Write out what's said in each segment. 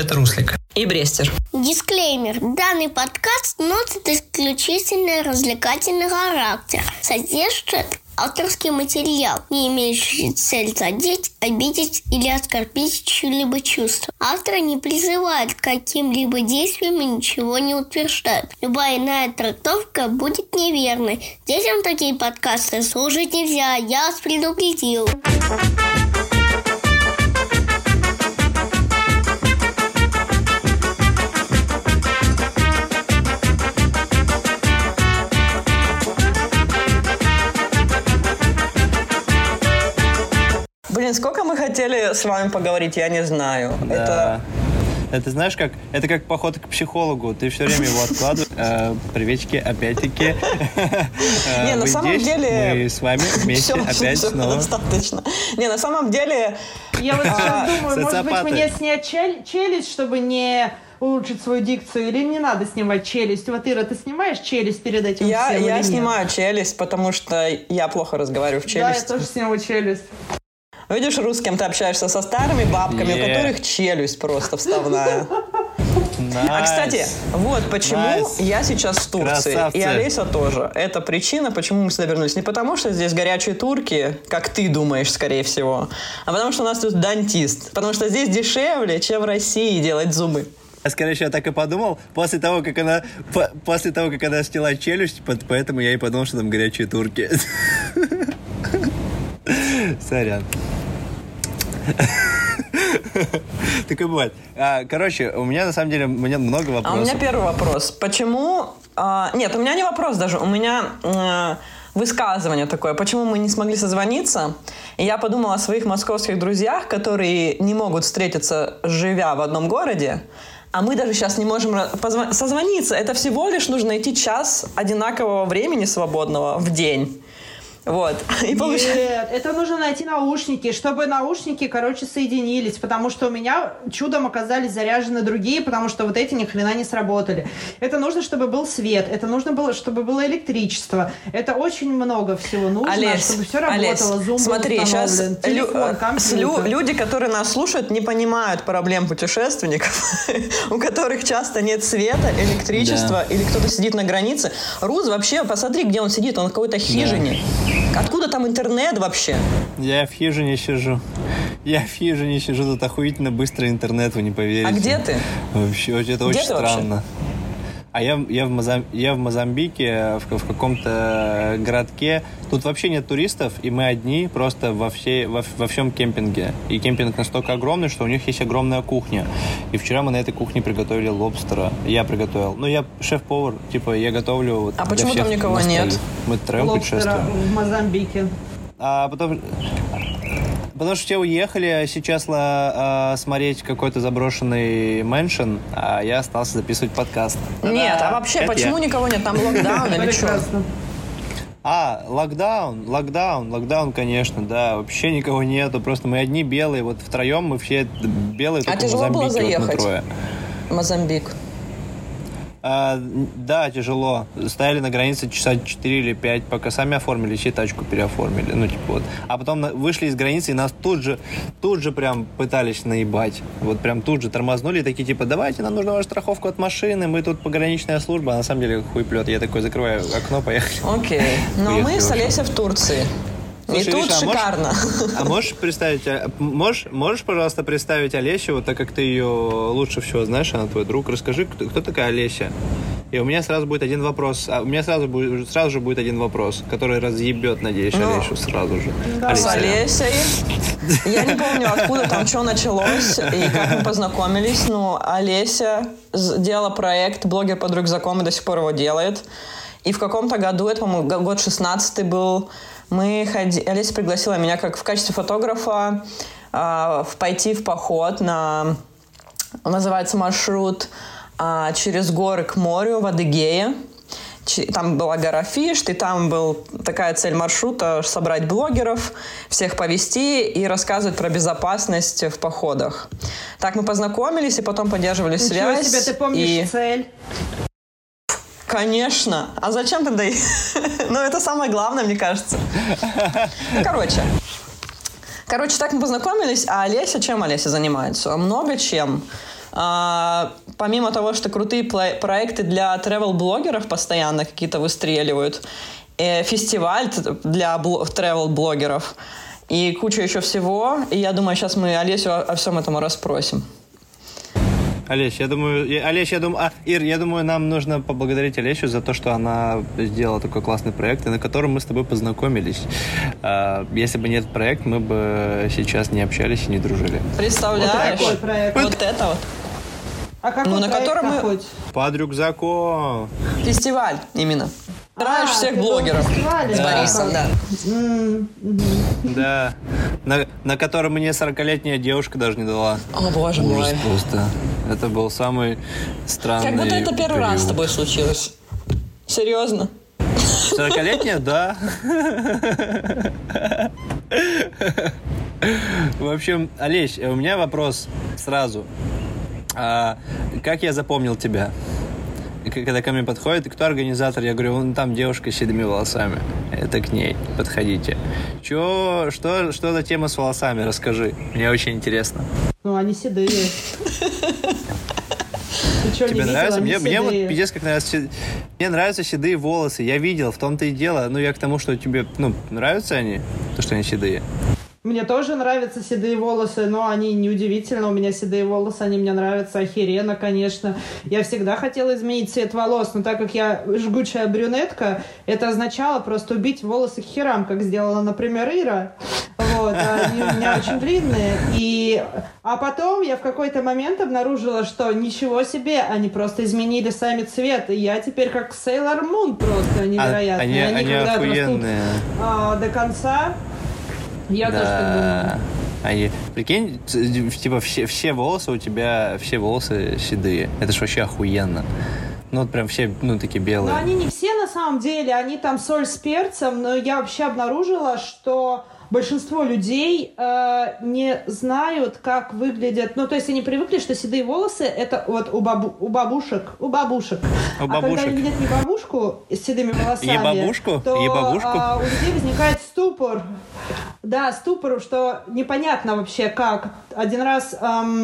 Это Руслик. И Брестер. Дисклеймер. Данный подкаст носит исключительно развлекательный характер. Содержит авторский материал, не имеющий цель задеть, обидеть или оскорбить чьи-либо чувства. Автор не призывает к каким-либо действиям и ничего не утверждает. Любая иная трактовка будет неверной. Детям такие подкасты слушать нельзя, я вас предупредил. Блин, сколько мы хотели с вами поговорить, я не знаю. Да. Это знаешь, это как поход к психологу. Ты все время его откладываешь. Приветики, опять-таки. Не, на самом деле... Мы с вами вместе опять снова. Достаточно. Не, на самом деле... Я вот сейчас думаю, может быть, мне снять челюсть, чтобы не улучшить свою дикцию, или не надо снимать челюсть? Вот, Ира, ты снимаешь челюсть перед этим всем или нет? Я снимаю челюсть, потому что я плохо разговариваю в челюсть. Да, я тоже снимаю челюсть. Видишь, русским ты общаешься со старыми бабками, у которых челюсть просто вставная. А, кстати, вот почему я сейчас в Турции. Красавцы. И Олеся тоже. Это причина, почему мы сюда вернулись. Не потому, что здесь горячие турки, как ты думаешь, скорее всего, а потому, что у нас тут дантист. Потому что здесь дешевле, чем в России делать зубы. Я, скорее всего, так и подумал. После того, как она сняла челюсть, поэтому я и подумал, что там горячие турки. Сорян. Так и бывает. Короче, у меня на самом деле много вопросов. А у меня первый вопрос. Почему... Нет, у меня не вопрос даже. У меня высказывание такое. Почему мы не смогли созвониться? И я подумала о своих московских друзьях, которые не могут встретиться, живя в одном городе. А мы даже сейчас не можем созвониться. Это всего лишь нужно найти час одинакового времени свободного в день. Вот. И Нет, это нужно найти наушники, чтобы наушники, соединились, потому что у меня чудом оказались заряжены другие, потому что вот эти ни хрена не сработали. Это нужно, чтобы был свет, это нужно было, чтобы было электричество. Это очень много всего нужно, чтобы все работало. Zoom смотри, был сейчас телефон, компьютер. Люди, которые нас слушают, не понимают проблем путешественников, у которых часто нет света, электричества, или кто-то сидит на границе. Рус вообще, посмотри, где он сидит, он в какой-то хижине. Откуда там интернет вообще? Я в хижине сижу. Тут охуительно быстрый интернет, вы не поверите. А где ты? Вообще, это очень странно. А я в Мозамбике, в каком-то городке. Тут вообще нет туристов, и мы одни просто во всем кемпинге. И кемпинг настолько огромный, что у них есть огромная кухня. И вчера мы на этой кухне приготовили лобстера. Я приготовил. Я шеф-повар, я готовлю. А почему там никого нет? Мы втроем путешествуем. Лобстера в Мозамбике. Потому что все уехали сейчас смотреть какой-то заброшенный мэншн, а я остался записывать подкаст. Нет, а вообще, почему никого нет? Там локдаун или что? Локдаун, конечно, да. Вообще никого нету, просто мы одни белые, вот втроем мы все белые, только в Мозамбике. А тяжело было заехать в Мозамбик? Да, тяжело. Стояли на границе часа 4 или 5, пока сами оформились и тачку переоформили. А потом вышли из границы и нас тут же прям пытались наебать. Вот прям тут же тормознули и такие, давайте, нам нужна ваша страховка от машины, мы тут пограничная служба, а на самом деле хуйплет. Я такой закрываю окно, поехали. Окей. Но мы с Олесей в Турции. Слушай, и тут Риша, шикарно. Можешь, пожалуйста, представить Олесю, так как ты ее лучше всего знаешь, она твой друг. Расскажи, кто такая Олеся? И у меня сразу будет один вопрос. Сразу же будет один вопрос, который разъебет, надеюсь, Олесю сразу же. Да. С Олесей. Я не помню, откуда там что началось и как мы познакомились. Олеся делала проект «Блогер под рюкзаком» и до сих пор его делает. И в каком-то году, это, по-моему, год 16-й был, Олеся пригласила меня как в качестве фотографа пойти в поход называется маршрут через горы к морю в Адыгее. Там была гора Фишт, и там была такая цель маршрута — собрать блогеров, всех повести и рассказывать про безопасность в походах. Так мы познакомились и потом поддерживали связь. Ничего себе, ты помнишь цель? Конечно. А зачем тогда? Это самое главное, мне кажется. Короче, так мы познакомились. А Олеся, чем Олеся занимается? Много чем. помимо того, что крутые проекты для travel-блогеров постоянно какие-то выстреливают, фестиваль для travel-блогеров и куча еще всего. И я думаю, сейчас мы Олесю о всем этом расспросим. Олесь, я думаю, Ир, я думаю, нам нужно поблагодарить Олесю за то, что она сделала такой классный проект, на котором мы с тобой познакомились. Если бы не этот проект, мы бы сейчас не общались и не дружили. Представляешь? Вот такой проект. Вот это вот. А какой на проект котором мы... Под рюкзаком. Фестиваль именно. Траешь всех блогеров. С Борисом, да. Да. На котором мне 40-летняя девушка даже не дала. О, боже мой. Просто. Это был самый странный Как будто это первый раз с период. тобой случилось. Серьезно? 40-летняя, да. В общем, Олесь, у меня вопрос сразу. Как я запомнил тебя? Когда ко мне подходит, кто организатор, я говорю, вон там девушка с седыми волосами. Это к ней, подходите. Что за тема с волосами? Расскажи, мне очень интересно. Ну, они седые. Тебе нравится? Мне вот пиздец как нравится. Мне нравятся седые волосы. Я видел, в том-то и дело. Ну, я к тому, что тебе, нравятся они? То, что они седые. Мне тоже нравятся седые волосы, но они неудивительно. У меня седые волосы, они мне нравятся охеренно, конечно. Я всегда хотела изменить цвет волос, но так как я жгучая брюнетка, это означало просто убить волосы к херам, как сделала, например, Ира. Вот, они у меня очень длинные. А потом я в какой-то момент обнаружила, что ничего себе, они просто изменили сами цвет. И я теперь как Sailor Moon просто невероятно. Они охуенные. До конца. Я тоже так думаю. Прикинь, типа все волосы у тебя, все волосы седые. Это ж вообще охуенно. Ну, вот прям все, такие белые. Но они не все на самом деле, они там соль с перцем, но я вообще обнаружила, что большинство людей не знают, как выглядят... Ну, то есть они привыкли, что седые волосы — это вот у бабушек. А когда они видят не бабушку с седыми волосами, то у людей возникает ступор. Да, ступор, что непонятно вообще как. Один раз...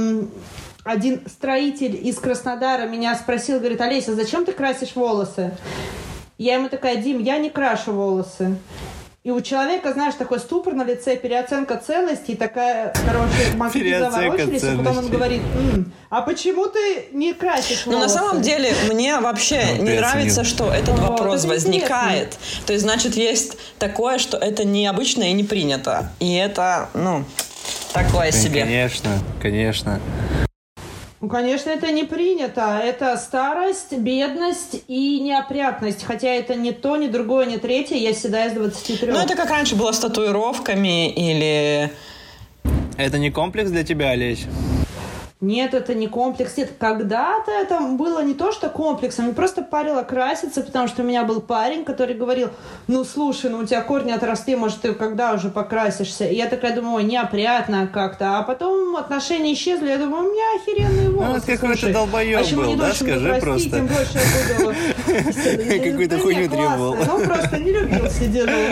Один строитель из Краснодара меня спросил, говорит: Олеся, зачем ты красишь волосы? Я ему такая: Дим, я не крашу волосы. И у человека, знаешь, такой ступор на лице, переоценка ценностей, такая, мозги заворочились, а потом он говорит: а почему ты не красишь волосы? Ну, на самом деле, мне вообще не нравится, что этот вопрос возникает. Интересно. То есть, значит, есть такое, что это необычно и не принято. И это, такое себе. Конечно. Ну, конечно, это не принято. Это старость, бедность и неопрятность. Хотя это не то, ни другое, ни третье. Я седая с 23. Ну, это как раньше было с татуировками или... Это не комплекс для тебя, Олесь? Нет, это не комплекс. Нет, когда-то это было не то, что комплексом. Мне просто парило краситься, потому что у меня был парень, который говорил: слушай, у тебя корни отросли, может, ты когда уже покрасишься? И я такая думаю: неопрятно как-то. А потом отношения исчезли, я думаю: у меня охеренные волосы. Ну, какой-то долбоеб был, да? Скажи просто. Тем больше я буду... Какую-то хуйню требовал. Ну, просто не любил сидеть.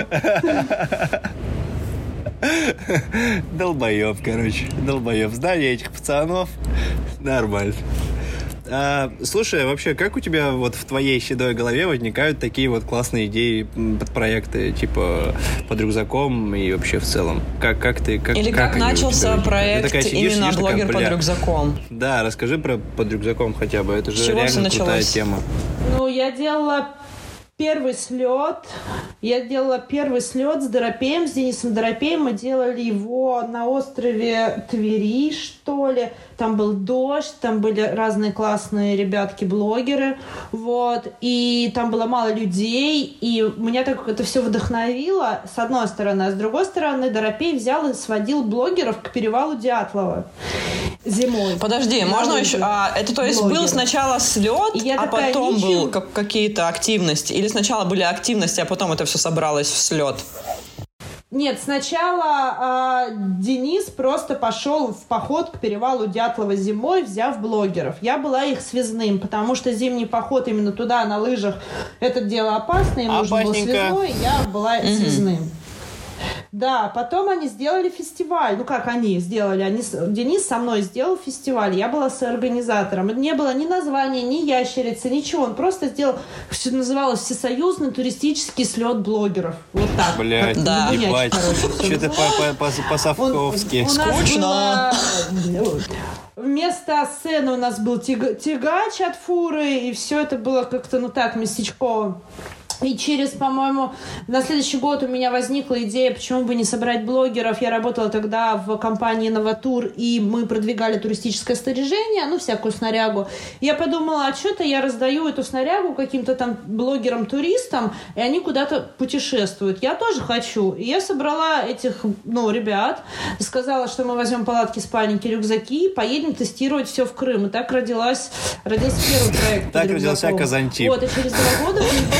Долбоеб, Знание этих пацанов нормально. Слушай, вообще, как у тебя вот в твоей седой голове возникают такие вот классные идеи под проекты, типа под рюкзаком и вообще в целом? Как начался проект именно блогер под рюкзаком? Да, расскажи про под рюкзаком хотя бы. Это же реально крутая тема. Я делала первый слет. Я делала первый слет с Доропеем, с Денисом Доропеем. Мы делали его на острове Твери, что ли. Там был дождь, там были разные классные ребятки-блогеры. Вот. И там было мало людей. И меня так это все вдохновило, с одной стороны. А с другой стороны, Доропей взял и сводил блогеров к перевалу Дятлова зимой. Подожди, можно еще... это то есть был сначала слет, а потом был какие-то активности? Или сначала были активности, а потом это все собралось в слет? Нет, сначала Денис просто пошел в поход к перевалу Дятлова зимой, взяв блогеров. Я была их связным, потому что зимний поход именно туда на лыжах — это дело опасное, им нужно было связной, я была связным. Да, потом они сделали фестиваль. Ну, как они сделали? Денис со мной сделал фестиваль. Я была соорганизатором. Не было ни названия, ни ящерицы, ничего. Он просто сделал, что называлось, всесоюзный туристический слет блогеров. Вот так. Блядь, да. ебать. Что-то по-совковски. Скучно. Вместо сцены у нас был тягач от фуры, и все это было как-то, ну так, местечково. И через, по-моему, на следующий год у меня возникла идея, почему бы не собрать блогеров. Я работала тогда в компании «Новатур», и мы продвигали туристическое снаряжение, ну, всякую снарягу. Я подумала, а что-то я раздаю эту снарягу каким-то там блогерам-туристам, и они куда-то путешествуют. Я тоже хочу. И я собрала этих, ну, ребят, сказала, что мы возьмем палатки, спальники, рюкзаки, поедем тестировать все в Крым. И так родился первый проект. Так родился Казантип. Вот, и через 2 года...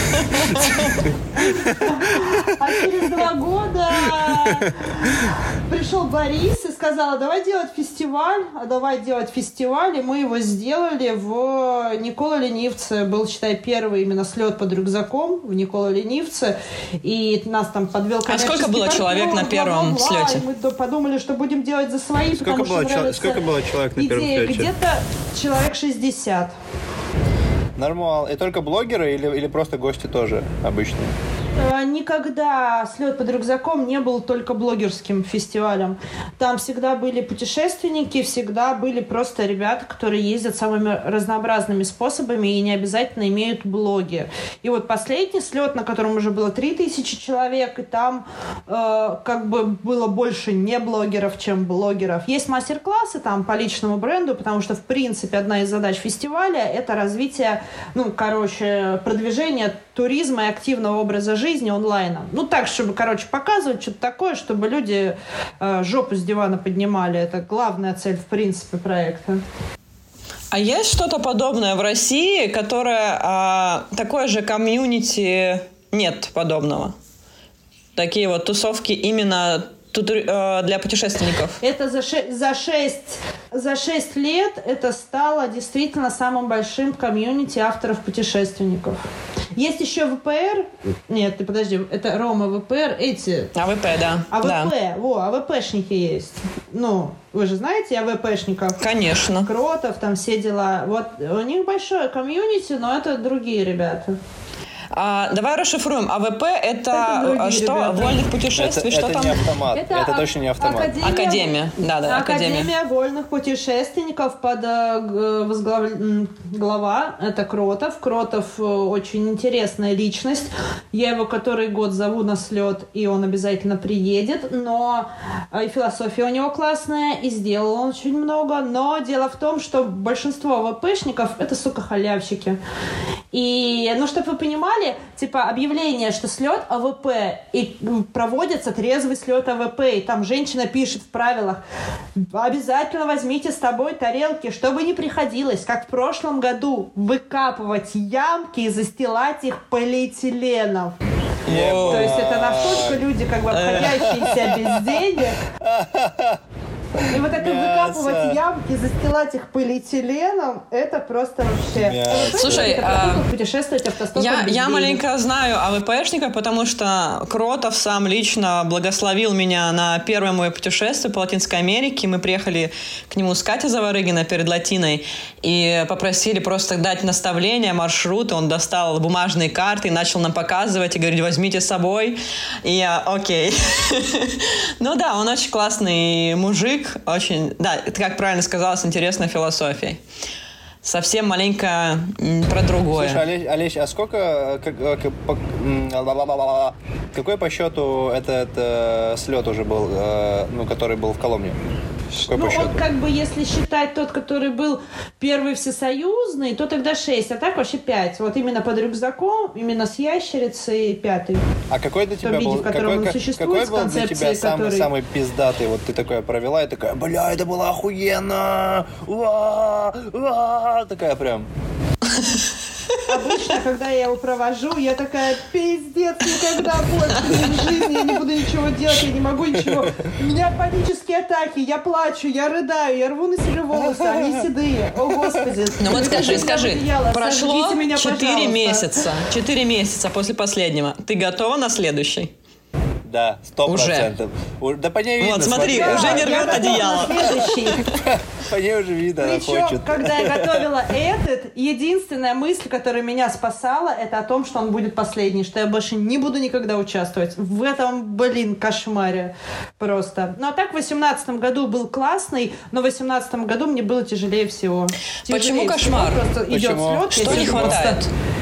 А через 2 года пришел Борис и сказал, давай делать фестиваль. И мы его сделали в Никола-Ленивце. Был, считай, первый именно слет под рюкзаком в Никола-Ленивце. И нас там подвел коммерческий сколько было человек на первом слете? И мы подумали, что будем делать за свои, сколько было человек на первом слете? Где-то человек 60. Нормально. И только блогеры или просто гости тоже обычные? Никогда слет под рюкзаком не был только блогерским фестивалем. Там всегда были путешественники, всегда были просто ребята, которые ездят самыми разнообразными способами и не обязательно имеют блоги. И вот последний слет, на котором уже было 3000 человек, и там как бы было больше не блогеров, чем блогеров. Есть мастер-классы там по личному бренду, потому что, в принципе, одна из задач фестиваля – это развитие, продвижение туризма и активного образа жизни онлайна. Ну, так, чтобы, показывать что-то такое, чтобы люди жопу с дивана поднимали. Это главная цель, в принципе, проекта. А есть что-то подобное в России, которое такое же комьюнити нет подобного? Такие вот тусовки именно для путешественников. Это за 6 лет это стало действительно самым большим комьюнити авторов-путешественников. Есть еще ВПР. Нет, подожди, это Рома ВПР. Эти. АВП, да. АВП, да. АВПшники есть. Ну, вы же знаете АВПшников? Конечно. Кротов, там все дела. Вот у них большое комьюнити, но это другие ребята. Давай расшифруем. АВП это что? Ребята. Вольных путешествий? Это там? Не автомат. Это точно не автомат. Академия. Да, Академия вольных путешественников под глава. Это Кротов. Кротов очень интересная личность. Я его который год зову на слет, и он обязательно приедет. Но и философия у него классная, и сделал он очень много. Но дело в том, что большинство АВПшников это, халявщики. И, чтобы вы понимали, объявление, что слет АВП, и проводится трезвый слет АВП, и там женщина пишет в правилах: обязательно возьмите с собой тарелки, чтобы не приходилось, как в прошлом году, выкапывать ямки и застилать их полиэтиленом. То есть это настолько люди, обходящиеся без денег. И вот это выкапывать ямки, застилать их полиэтиленом, это просто вообще... Слушай, путешествовать автостопом я маленько знаю АВПшников, потому что Кротов сам лично благословил меня на первое мое путешествие по Латинской Америке. Мы приехали к нему с Катей Заварыгиной перед Латиной и попросили просто дать наставление, маршруты. Он достал бумажные карты и начал нам показывать и говорить: возьмите с собой. И я: окей. Ну да, он очень классный мужик. Очень, да, ты как правильно сказала, с интересной философией. Совсем маленько про другое. Слушай, Олесь, а сколько, какой по счету этот слет уже был, который был в Коломне? Ну, он если считать тот, который был первый всесоюзный, то тогда 6, а так вообще 5. Вот именно под рюкзаком, именно с ящерицей 5. А какой для тебя был, какой был для тебя самый пиздатый? Вот ты такая провела и такая: бля, это было охуенно! Такая прям... Обычно, когда я его провожу, я такая: пиздец, никогда больше в жизни я не буду ничего делать, я не могу ничего. У меня панические атаки, я плачу, я рыдаю, я рву на себе волосы, они седые. О, Господи. Ну вот скажи, прошло 4 месяца после последнего. Ты готова на следующий? Да, 100%. Да по ней видно. Вот, смотри, уже не рвет одеяло. По ней уже видно, она хочет. Причем, когда я готовила этот, единственная мысль, которая меня спасала, это о том, что он будет последний, что я больше не буду никогда участвовать в этом, кошмаре просто. Ну, а так в 2018 году был классный, но в 2018 году мне было тяжелее всего. Почему кошмар? Просто идет слет. Что не хватает?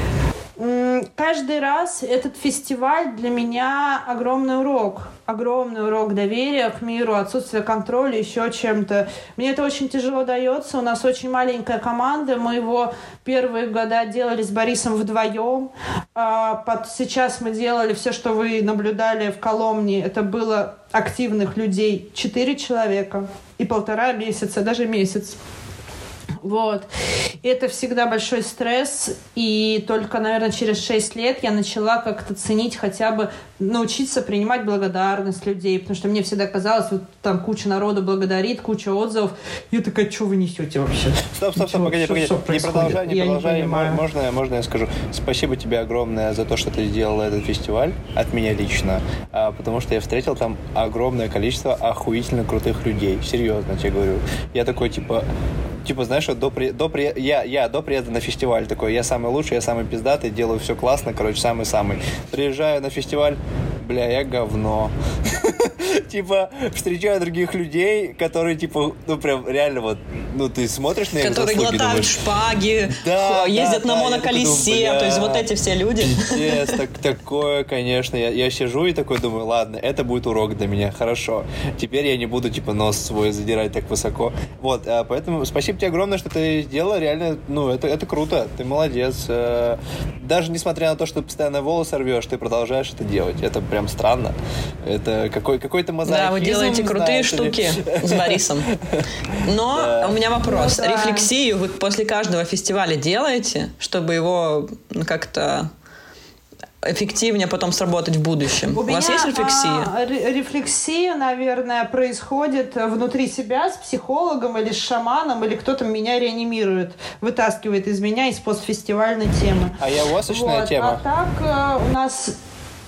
Каждый раз этот фестиваль для меня огромный урок. Огромный урок доверия к миру, отсутствие контроля, еще чем-то. Мне это очень тяжело дается. У нас очень маленькая команда. Мы его первые года делали с Борисом вдвоем. Сейчас мы делали все, что вы наблюдали в Коломне. Это было активных людей 4 человека и 1,5 месяца, даже месяц. Вот. И это всегда большой стресс. И только, наверное, через 6 лет я начала как-то ценить, хотя бы научиться принимать благодарность людей. Потому что мне всегда казалось, вот там куча народу благодарит, куча отзывов. Я такая, что вы несете вообще? Стоп, погоди. Не продолжай. Можно я скажу? Спасибо тебе огромное за то, что ты сделала этот фестиваль. От меня лично. Потому что я встретил там огромное количество охуительно крутых людей. Серьезно тебе говорю. Я такой, типа, знаешь, до приезда на фестиваль такой, я самый лучший, я самый пиздатый, делаю все классно, короче, самый-самый. Приезжаю на фестиваль, бля, я говно. Типа, встречаю других людей, которые, типа, ну, прям реально вот, ну, ты смотришь на их которые глотают шпаги, ездят на моноколесе, то есть вот эти все люди. Пиздец, такое, конечно. Я сижу и такой думаю, ладно, это будет урок для меня, хорошо. Теперь я не буду, типа, нос свой задирать так высоко. Вот, поэтому спасибо тебе огромное, что ты сделала, реально, ну, это круто, ты молодец. Даже несмотря на то, что ты постоянно волосы рвешь, ты продолжаешь это делать. Это прям странно. Это какой-то мозаизм. Да, вы делаете крутые штуки с Борисом. Но у меня вопрос. Рефлексию вы после каждого фестиваля делаете, чтобы его как-то эффективнее потом сработать в будущем? У вас есть рефлексия? Рефлексия, наверное, происходит внутри себя с психологом или с шаманом, или кто-то меня реанимирует, вытаскивает из меня из постфестивальной темы. А ayahuasca-шная тема? А так у нас...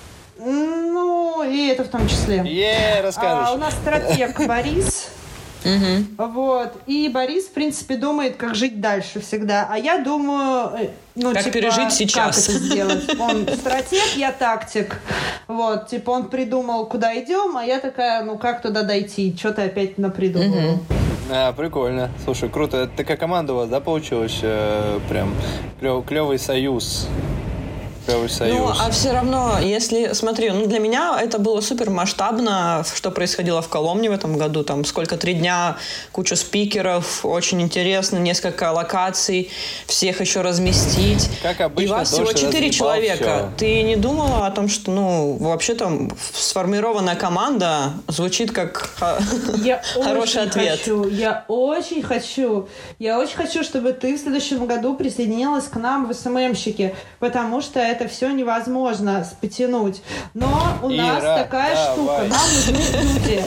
Ну, и это в том числе. Расскажешь. У нас стратег Борис. Вот. И Борис, в принципе, думает, как жить дальше всегда. А я думаю, как пережить сейчас. Как это сделать. Он стратег, я тактик. Вот. Типа он придумал, куда идем, а я такая, ну как туда дойти? Что ты опять напридумывал? Прикольно. Слушай, круто. Это такая команда у вас, да, получилась? Прям клевый союз. Ну, а все равно, если, смотри, для меня это было супер масштабно, что происходило в Коломне в этом году, там сколько, 3 дня, куча спикеров, очень интересно, несколько локаций, всех еще разместить. Как обычно, и вас всего 4 человека. Все. Ты не думала о том, что, вообще там сформированная команда звучит как хороший ответ? Я очень хочу, чтобы ты в следующем году присоединилась к нам в СММщике, потому что это все невозможно потянуть. Но у нас такая штука. Нам нужны люди,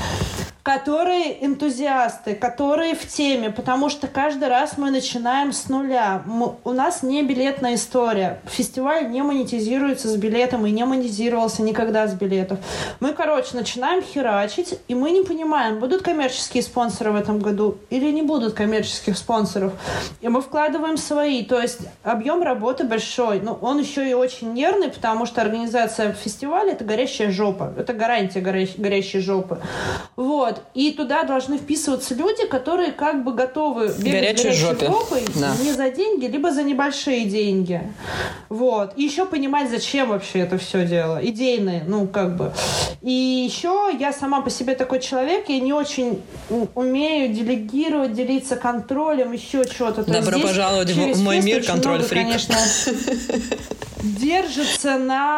которые энтузиасты, которые в теме, потому что каждый раз мы начинаем с нуля. У нас не билетная история. Фестиваль не монетизируется с билетом и не монетизировался никогда с билетов. Мы, начинаем херачить, и мы не понимаем, будут коммерческие спонсоры в этом году или не будут коммерческих спонсоров. И мы вкладываем свои. То есть объем работы большой. Но он еще и очень нервный, потому что организация фестиваля — это горящая жопа. Это гарантия горящей жопы. Вот. И туда должны вписываться люди, которые как бы готовы бегать с горячей жопой не за деньги, либо за небольшие деньги. Вот. И еще понимать, зачем вообще это все дело. Идейные, И еще я сама по себе такой человек, я не очень умею делегировать, делиться контролем, еще что-то. Добро пожаловать в мой мир, контроль-фрик. Конечно, держится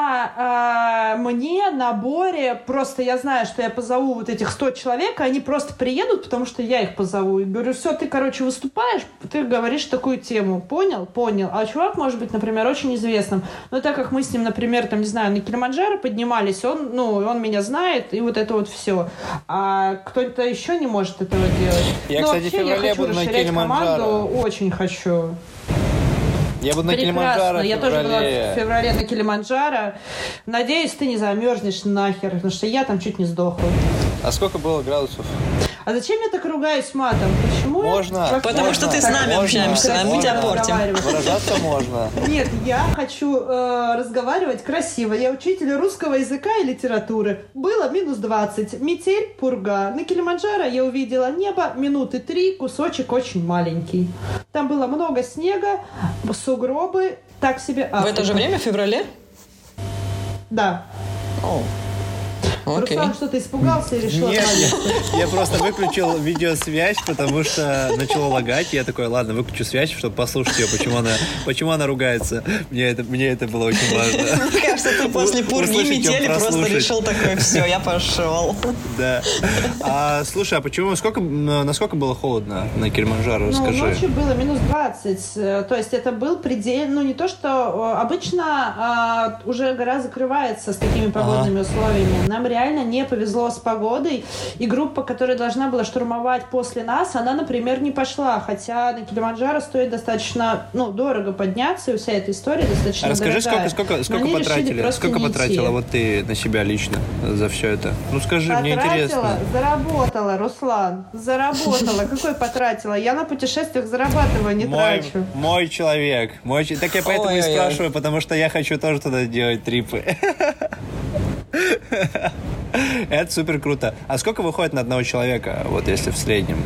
на мне, на Боре. Просто я знаю, что я позову вот этих 100 человек, они просто приедут, потому что я их позову. И говорю, все, ты, выступаешь, ты говоришь такую тему. Понял? Понял. А чувак может быть, например, очень известным. Но так как мы с ним, например, на Килиманджаро поднимались, он меня знает, и вот это вот все. А кто-то еще не может этого делать. Я, кстати, в феврале буду на Килиманджаро. Команду, очень хочу. Я буду на Килиманджаро в Я тоже была феврале. в феврале на Килиманджаро. Надеюсь, ты не замерзнешь нахер, потому что я там чуть не сдохла. А сколько было градусов? А зачем я так ругаюсь матом? Почему? Можно. Потому что ты с нами общаешься, а мы тебя портим. Выражаться можно. Нет, я хочу разговаривать красиво. Я учитель русского языка и литературы. Было минус 20. Метель, пурга. На Килиманджаро я увидела небо минуты 3, кусочек очень маленький. Там было много снега, сугробы, так себе Африка. В это же время, в феврале? Да. О. Окей. Руслан что-то испугался и решил Нет, отвалиться. я просто выключил видеосвязь, потому что начало лагать. Я такой, ладно, выключу связь, чтобы послушать ее, почему она ругается. Мне это было очень важно. Мне кажется, ты после пурги и метели просто решил такой, все, я пошел. Да. Слушай, а почему, насколько было холодно на Килиманджаро, расскажи. Ночью было минус 20. То есть это был предел... не то, что обычно уже гора закрывается с такими погодными условиями. Нам реально не повезло с погодой. И группа, которая должна была штурмовать после нас, она, например, не пошла. Хотя на Килиманджаро стоит достаточно дорого подняться, и вся эта история достаточно расскажи, дорогая. сколько потратили? Сколько потратила вот ты на себя лично за все это? Ну скажи, мне интересно. Заработала, Руслан. Заработала. Какой потратила? Я на путешествиях зарабатываю, не трачу. Мой человек. Так я поэтому и спрашиваю, потому что я хочу тоже туда делать трипы. Это супер круто. А сколько выходит на одного человека, вот если в среднем?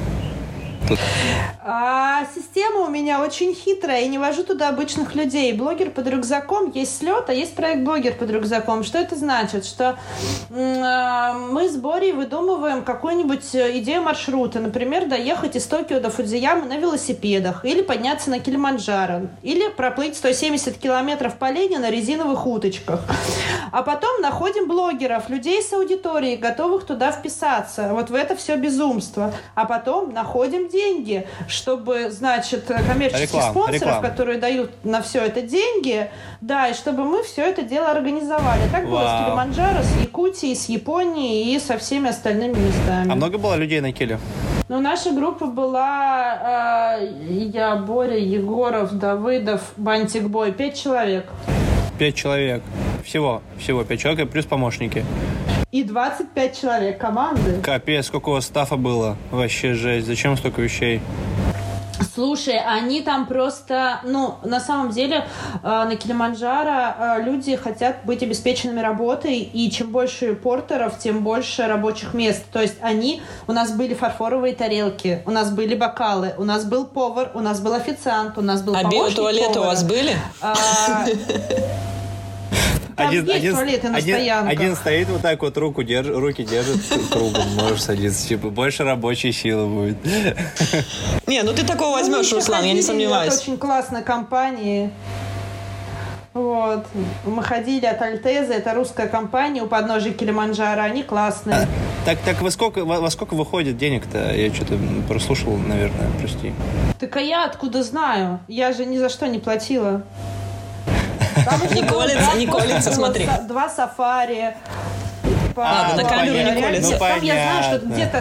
Система у меня очень хитрая. Я не вожу туда обычных людей. Блогер под рюкзаком, есть слет, а есть проект блогер под рюкзаком. Что это значит? Что мы с Борей выдумываем какую-нибудь идею маршрута. Например, доехать из Токио до Фудзиямы на велосипедах, или подняться на Килиманджаро, или проплыть 170 километров по Лене на резиновых уточках. А потом находим блогеров, людей с аудиторией, готовых туда вписаться. Вот в это все безумство. А потом находим деньги, чтобы, значит, коммерческих спонсоров, которые дают на все это деньги, да, и чтобы мы все это дело организовали. Так было с Килиманджаро, с Якутией, с Японией и со всеми остальными местами. А много было людей на Киле? Наша группа была я, Боря, Егоров, Давыдов, Бантик-бой. 5 человек. 5 человек. Всего 5 человек, плюс помощники. И 25 человек команды. Капец, сколько у вас стафа было? Вообще жесть. Зачем столько вещей? Слушай, они там просто, на самом деле, на Килиманджаро люди хотят быть обеспеченными работой, и чем больше портеров, тем больше рабочих мест. То есть у нас были фарфоровые тарелки, у нас были бокалы, у нас был повар, у нас был официант, у нас был помощник повара. А биотуалеты у вас были? Один стоит вот так вот, руки держит кругом, можешь садиться. Больше рабочей силы будет. Не, ты такого возьмешь, Руслан, я не сомневаюсь. Это очень классная компания. Вот. Мы ходили от Альтеза, это русская компания у подножия Килиманджаро, они классные. Так во сколько выходит денег-то? Я что-то прослушал, наверное, прости. Так а я откуда знаю? Я же ни за что не платила. Не колется, смотри. 2 сафари. На камеру не колется. Как я знаю, что где-то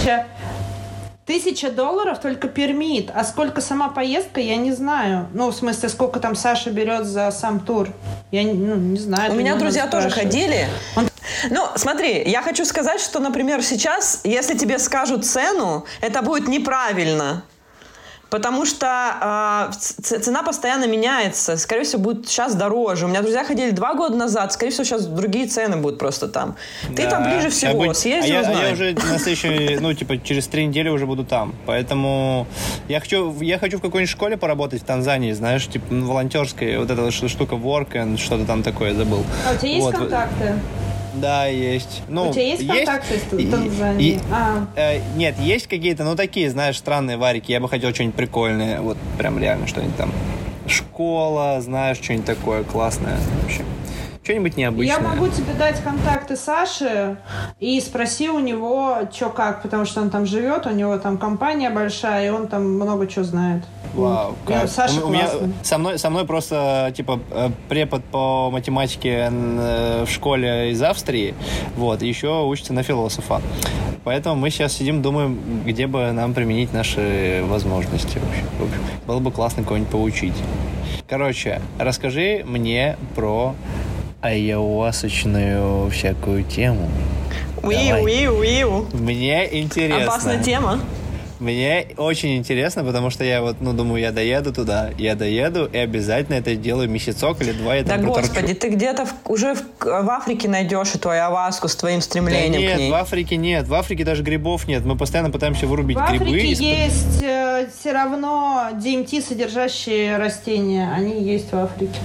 $1000 только пермит, а сколько сама поездка, я не знаю. В смысле, сколько там Саша берет за сам тур. Я не знаю. У меня друзья тоже ходили. Смотри, я хочу сказать, что, например, сейчас, если тебе скажут цену, это будет неправильно. Потому что цена постоянно меняется. Скорее всего, будет сейчас дороже. У меня друзья ходили 2 года назад. Скорее всего, сейчас другие цены будут просто там. Ты там ближе всего. Съезди, узнай. Я уже на следующий, через 3 недели уже буду там. Поэтому я хочу в какой-нибудь школе поработать в Танзании, знаешь, волонтерской. Вот эта штука work and что-то там такое, забыл. А у тебя есть контакты? Да, есть. У тебя есть контакты с Танзанией? Нет, есть какие-то, такие, знаешь, странные варики. Я бы хотел что-нибудь прикольное. Вот прям реально что-нибудь там. Школа, знаешь, что-нибудь такое классное вообще. Что-нибудь необычное. Я могу тебе дать контакты Саши и спроси у него, что как, потому что он там живет, у него там компания большая, и он там много чего знает. Вау, Саша классный. Со мной просто, препод по математике в школе из Австрии, еще учится на философа. Поэтому мы сейчас сидим, думаем, где бы нам применить наши возможности. В общем, было бы классно кого-нибудь поучить. Короче, расскажи мне про айавасочную всякую тему. Мне интересно. Опасная тема. Мне очень интересно, потому что я думаю, я доеду туда, и обязательно это сделаю месяцок или два. Да господи, ты где-то уже в Африке найдешь эту айаваску с твоим стремлением к ней. нет, в Африке даже грибов нет. Мы постоянно пытаемся вырубить грибы. В Африке есть все равно DMT содержащие растения. Они есть в Африке.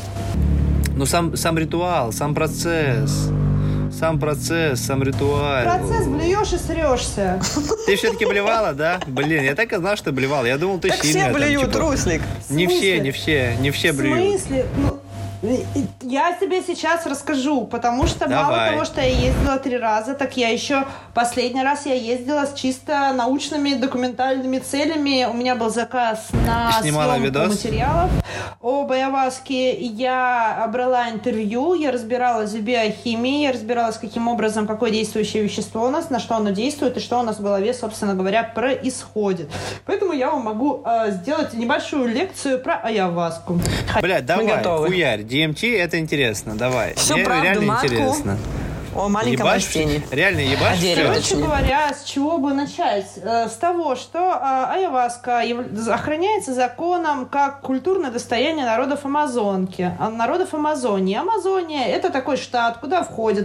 Но сам ритуал, сам процесс, сам ритуал. Процесс блюешь и срешься. Ты все-таки блевала, да? Блин, я так и знал, что блевала. Я думал, ты сильная. Так все блюют, Руслик. Не все блюют. В смысле? Я тебе сейчас расскажу, потому что мало того, что я ездила 3 раза, так я еще последний раз я ездила с чисто научными документальными целями. У меня был заказ на съемку материалов об айаваске. Я брала интервью, я разбиралась в биохимии, я разбиралась, каким образом, какое действующее вещество у нас, на что оно действует и что у нас в голове, собственно говоря, происходит. Поэтому я вам могу сделать небольшую лекцию про айаваску. Блядь, давай, хуярь. DMT это интересно, давай. Всю мне правду реально матку интересно. О маленьком растении. Реально ебашь? Короче говоря, с чего бы начать? С того, что айаваска охраняется законом как культурное достояние народов Амазонки. Народов Амазонии. Амазония — это такой штат, куда входят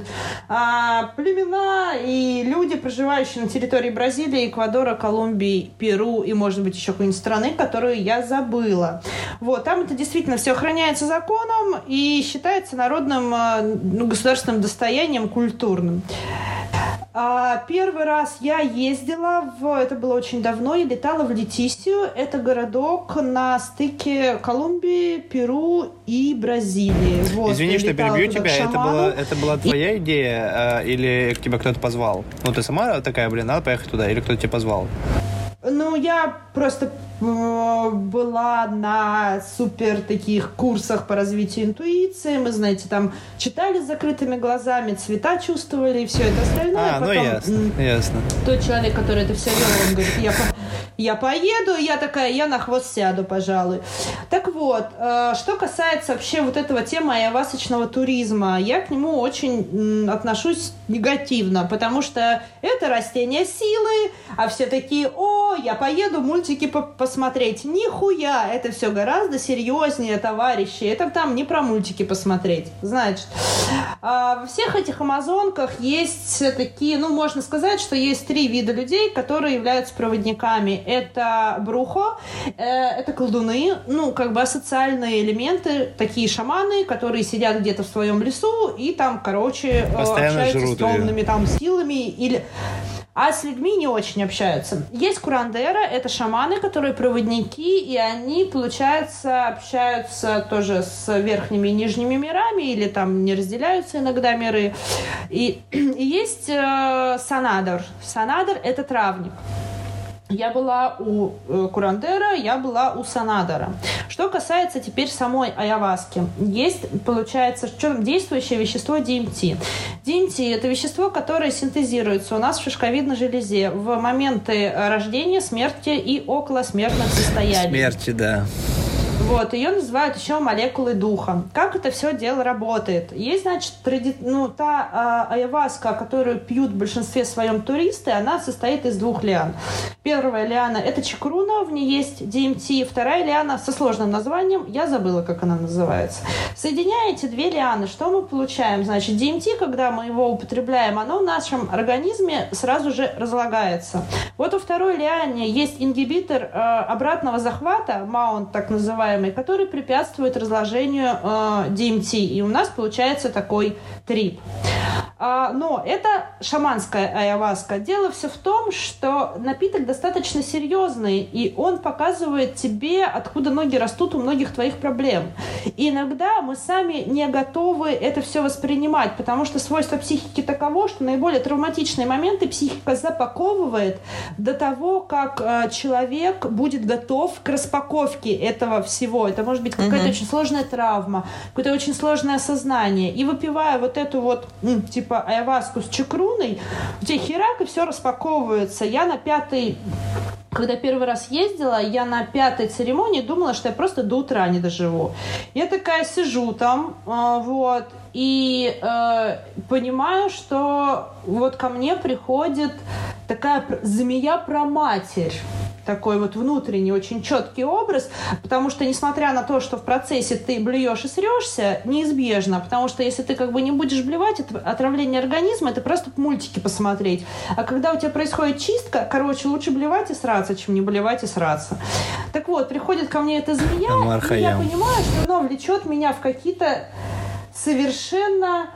племена и люди, проживающие на территории Бразилии, Эквадора, Колумбии, Перу и, может быть, еще какой-нибудь страны, которую я забыла. Вот. Там это действительно все охраняется законом и считается народным государственным достоянием, культурным. Первый раз я ездила это было очень давно, я летала в Летисию. Это городок на стыке Колумбии, Перу и Бразилии. Вот, извини, что перебью тебя. Это была твоя идея или тебя кто-то позвал? Ты сама такая, надо поехать туда, или кто-то тебя позвал? Я просто была на супер таких курсах по развитию интуиции. Мы, знаете, там читали с закрытыми глазами, цвета чувствовали и все это остальное. Потом, ясно. Тот человек, который это все делал, он говорит, я поеду, я такая, я на хвост сяду, пожалуй. Так вот, что касается вообще вот этого темы айавасочного туризма, я к нему очень отношусь негативно, потому что это растение силы, а все такие, я поеду мультики посмотреть. Нихуя, это все гораздо серьезнее, товарищи. Это там не про мультики посмотреть. Значит, во всех этих амазонках есть такие, можно сказать, что есть 3 вида людей, которые являются проводниками. Это брухо, это колдуны, асоциальные элементы, такие шаманы, которые сидят где-то в своем лесу и там, общаются с темными силами а с людьми не очень общаются. Есть курандера, это шаманы, которые проводники, и они, получается, общаются тоже с верхними и нижними мирами, или там не разделяются иногда миры. И есть санадор. Санадор — это травник. Я была у курандера, я была у санадора. Что касается теперь самой айаваски, есть, получается, что там действующее вещество DMT. DMT — это вещество, которое синтезируется у нас в шишковидной железе в моменты рождения, смерти и околосмертных состояний. Смерти, да. Вот, ее называют еще молекулой духа. Как это все дело работает? Есть, значит, та айаваска, которую пьют в большинстве своем туристы, она состоит из 2 лиан. Первая лиана — это чикруна, в ней есть DMT. Вторая лиана со сложным названием, я забыла, как она называется. Соединяя эти 2 лианы, что мы получаем? Значит, DMT, когда мы его употребляем, оно в нашем организме сразу же разлагается. Вот у второй лианы есть ингибитор обратного захвата, маунт так называемый, который препятствует разложению DMT. И у нас получается такой трип. Но это шаманская айаваска. Дело все в том, что напиток достаточно серьезный, и он показывает тебе, откуда ноги растут у многих твоих проблем. И иногда мы сами не готовы это все воспринимать, потому что свойство психики таково, что наиболее травматичные моменты психика запаковывает до того, как человек будет готов к распаковке этого всего. Это может быть какая-то очень сложная травма, какое-то очень сложное осознание. И выпивая вот эту вот айаваску с чикруной, у тебя херак, и все распаковывается. Я на 5-й когда первый раз ездила, я на 5-й церемонии думала, что я просто до утра не доживу. Я такая сижу там, вот, и понимаю, что вот ко мне приходит такая змея-проматерь. Такой вот внутренний, очень четкий образ, потому что, несмотря на то, что в процессе ты блюешь и срешься, неизбежно, потому что если ты как бы не будешь блевать, это отравление организма, это просто мультики посмотреть. А когда у тебя происходит чистка, короче, лучше блевать и сраться, чем не блевать и сраться. Так вот, приходит ко мне эта змея, и я понимаю, что она влечет меня в какие-то совершенно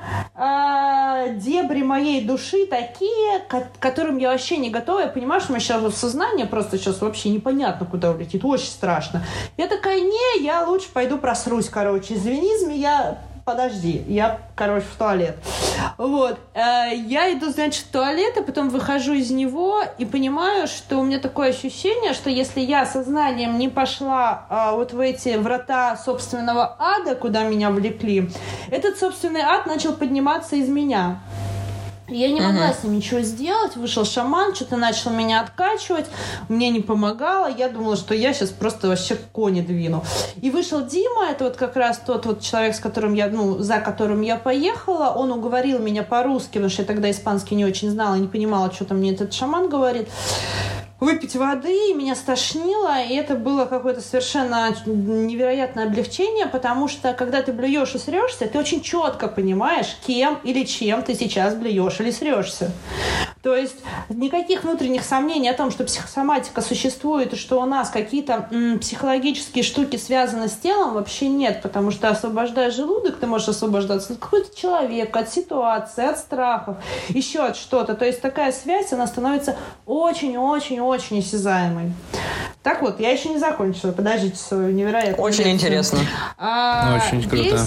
дебри моей души такие, к которым я вообще не готова. Я понимаю, что у меня сейчас вот сознание просто сейчас вообще непонятно куда улетит. Очень страшно. Я такая, не, я лучше пойду просрусь, короче. Извини, змея, подожди. Я, короче, в туалет. Вот. Я иду, значит, в туалет, а потом выхожу из него и понимаю, что у меня такое ощущение, что если я сознанием не пошла вот в эти врата собственного ада, куда меня влекли, этот собственный ад начал подниматься из меня. Я не могла с ним ничего сделать. Вышел шаман, что-то начал меня откачивать. Мне не помогало. Я думала, что я сейчас просто вообще кони двину. И вышел Дима, это вот как раз тот вот человек, с которым я, за которым я поехала. Он уговорил меня по-русски, потому что я тогда испанский не очень знала, не понимала, что там мне этот шаман говорит. Выпить воды, и меня стошнило, и это было какое-то совершенно невероятное облегчение, потому что, когда ты блюешь и срешься, ты очень четко понимаешь, кем или чем ты сейчас блюешь или срешься. То есть никаких внутренних сомнений о том, что психосоматика существует, и что у нас какие-то психологические штуки связаны с телом, вообще нет, потому что, освобождая желудок, ты можешь освобождаться от какого-то человека, от ситуации, от страхов, еще от что-то. То есть такая связь, она становится очень-очень-очень осязаемой. Так вот, я еще не закончила. Подождите свою невероятную Очень лекцию. интересно. Очень круто.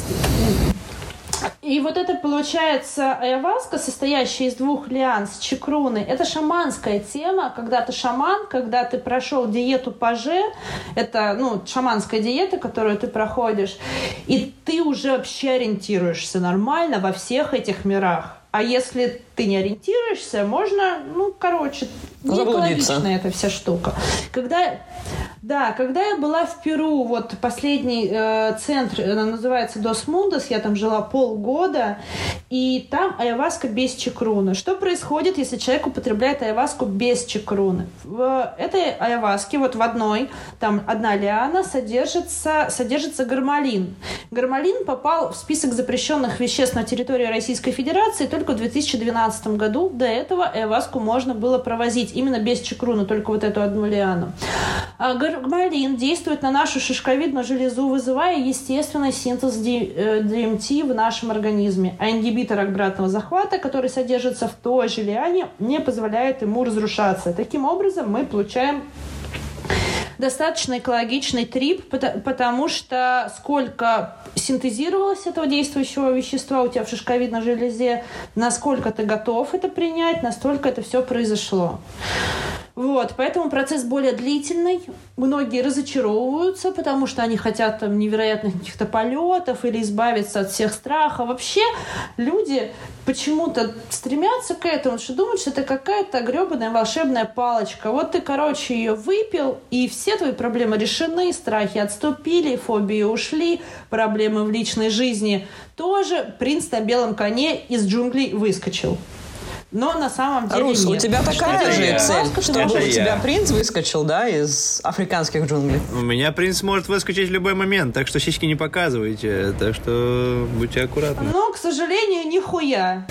И вот это получается айаваска, состоящая из 2 лиан с чакруной. Это шаманская тема, когда ты шаман, когда ты прошел диету паже, это шаманская диета, которую ты проходишь, и ты уже вообще ориентируешься нормально во всех этих мирах. А если ты не ориентируешься, можно, не экологичная эта вся штука. Когда я была в Перу, вот последний центр, называется Дос Мундос, я там жила полгода, и там айаваска без чакруны. Что происходит, если человек употребляет айаваску без чакруны? В этой айаваске, вот в одной, там 1 лиана, содержится гормалин. Гормалин попал в список запрещенных веществ на территории Российской Федерации только в 2012 году. До этого айаваску можно было провозить именно без чакруны, только вот эту 1 лиану. А гормалин действует на нашу шишковидную железу, вызывая естественный синтез DMT в нашем организме. А ингибитор обратного захвата, который содержится в той же лиане, не позволяет ему разрушаться. Таким образом, мы получаем достаточно экологичный трип, потому что сколько синтезировалось этого действующего вещества у тебя в шишковидной железе, насколько ты готов это принять, настолько это все произошло. Вот, поэтому процесс более длительный. Многие разочаровываются, потому что они хотят там невероятных каких-то полетов или избавиться от всех страхов. Вообще люди почему-то стремятся к этому, что думают, что это какая-то гребаная волшебная палочка. Вот ты, ее выпил, и все твои проблемы решены, страхи отступили, фобии ушли, проблемы в личной жизни тоже. Принц на белом коне из джунглей выскочил. Но на самом деле Рус, нет. у тебя такая же цель, чтобы у тебя я. принц выскочил, да, из африканских джунглей? У меня принц может выскочить в любой момент, так что сиськи не показывайте, так что будьте аккуратны. Но, к сожалению, нихуя.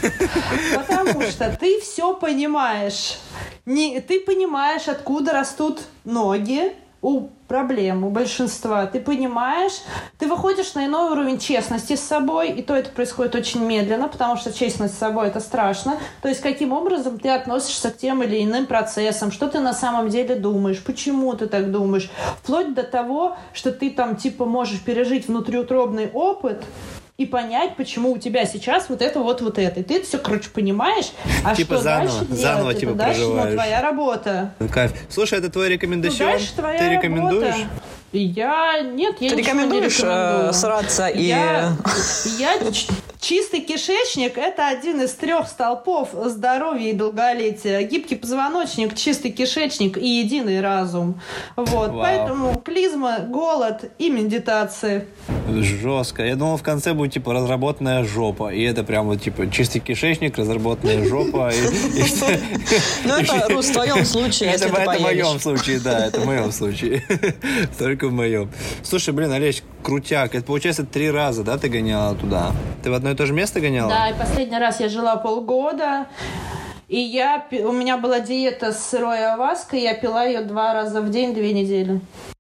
Потому что ты все понимаешь. Ты понимаешь, откуда растут ноги у проблем, у большинства. Ты понимаешь, ты выходишь на иной уровень честности с собой, и то это происходит очень медленно, потому что честность с собой — это страшно. То есть каким образом ты относишься к тем или иным процессам, что ты на самом деле думаешь, почему ты так думаешь, вплоть до того, что ты там можешь пережить внутриутробный опыт и понять, почему у тебя сейчас вот это. И ты это все, понимаешь, а что дальше делать? Это дальше твоя работа. Кайф. Слушай, это твой рекомендацион? Ты рекомендуешь? Нет, я Ты рекомендуешь не рекомендую. сраться и... Я Чистый кишечник – это один из 3 столпов здоровья и долголетия. Гибкий позвоночник, чистый кишечник и единый разум. Вот. Поэтому клизма, голод и медитации. Жестко. Я думал, в конце будет, типа, разработанная жопа. И это прям вот, типа, чистый кишечник, разработанная жопа. Ну, это, Рус, в твоем случае, если ты поедешь. Это в моем случае, да, это в моем случае. Только в моем. Слушай, блин, Олесь, крутяк. Это, получается, 3 раза, да, ты гоняла туда? Ты в одно и то же место гоняла? Да, и последний раз я жила полгода. И у меня была диета с сырой аваской, я пила ее 2 раза в день, 2 недели.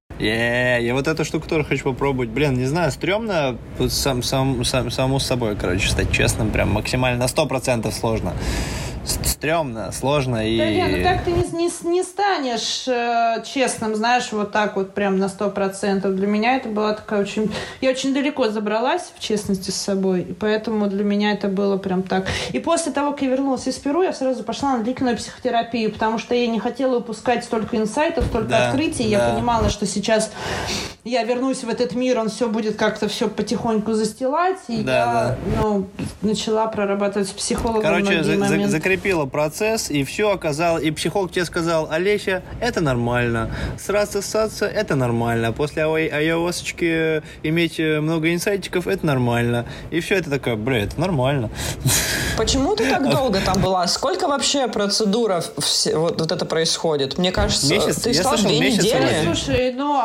Я вот эту штуку тоже хочу попробовать. Блин, не знаю, стрёмно самому с собой, короче, стать честным, прям максимально на 100% сложно. Стрёмно, сложно и... Да нет, ну так ты не станешь честным, знаешь, вот так вот прям на 100%. Для меня это была такая очень... Я очень далеко забралась в честности с собой, и поэтому для меня это было прям так. И после того, как я вернулась из Перу, я сразу пошла на длительную психотерапию, потому что я не хотела упускать столько инсайтов, столько открытий. Я понимала, что сейчас я вернусь в этот мир, он все будет как-то все потихоньку застилать, и я начала прорабатывать с психологом. Короче, закрепила процесс, и все оказалось. И психолог тебе сказал: Олеся, это нормально. Ссаться, это нормально. После айовасочки иметь много инсайтиков, это нормально. И все это такое, это нормально. Почему ты так долго там была? Сколько вообще процедур вот это происходит? Мне кажется, месяц, ты сказала 2 недели. Слушай, ну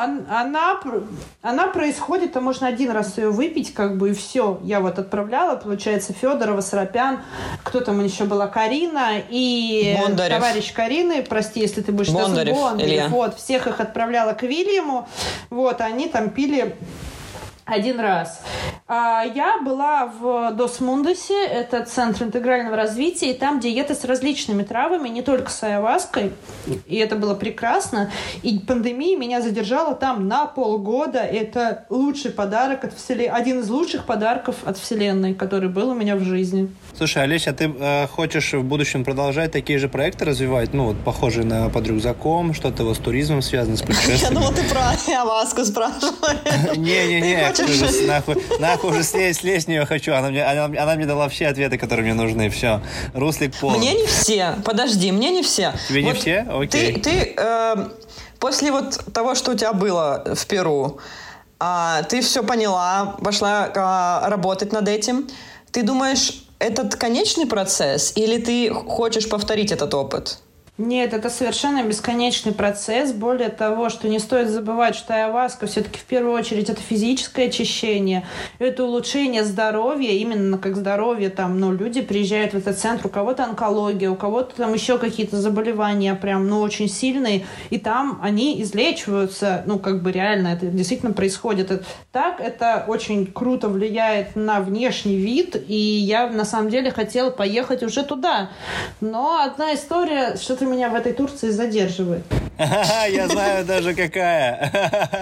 она происходит, а можно 1 раз ее выпить, как бы, и все. Я вот отправляла, получается, Федорова, Сарапян, кто там еще была, Карина и Бондарев. Товарищ Карины, прости, если ты будешь... Бондарев. Вот, всех их отправляла к Вильяму, вот, они там пили 1 раз. Я была в Дос-Мундосе, это центр интегрального развития, и там диета с различными травами, не только с айоваской, и это было прекрасно. И пандемия меня задержала там на полгода. Это лучший подарок от Вселенной, один из лучших подарков от Вселенной, который был у меня в жизни. Слушай, Олеся, а ты хочешь в будущем продолжать такие же проекты развивать, ну, вот, похожие на «Под рюкзаком», что-то вот с туризмом связано, с путешествиями? Я думала, ты про айоваску спрашиваешь. Не, нахуй уже слезть с нее хочу. Она мне дала все ответы, которые мне нужны. Все. Руслик полон. Мне не все. Подожди, мне не все. Тебе не все? Окей. Ты после вот того, что у тебя было в Перу, ты все поняла, пошла работать над этим. Ты думаешь, этот конечный процесс, или ты хочешь повторить этот опыт? Нет, это совершенно бесконечный процесс. Более того, что не стоит забывать, что айоваска все-таки в первую очередь это физическое очищение, это улучшение здоровья, именно как здоровье. Там, люди приезжают в этот центр, у кого-то онкология, у кого-то там еще какие-то заболевания прям, очень сильные, и там они излечиваются, реально это действительно происходит. Так это очень круто влияет на внешний вид, и я на самом деле хотела поехать уже туда. Но одна история, что-то меня в этой Турции задерживает. Я знаю даже какая.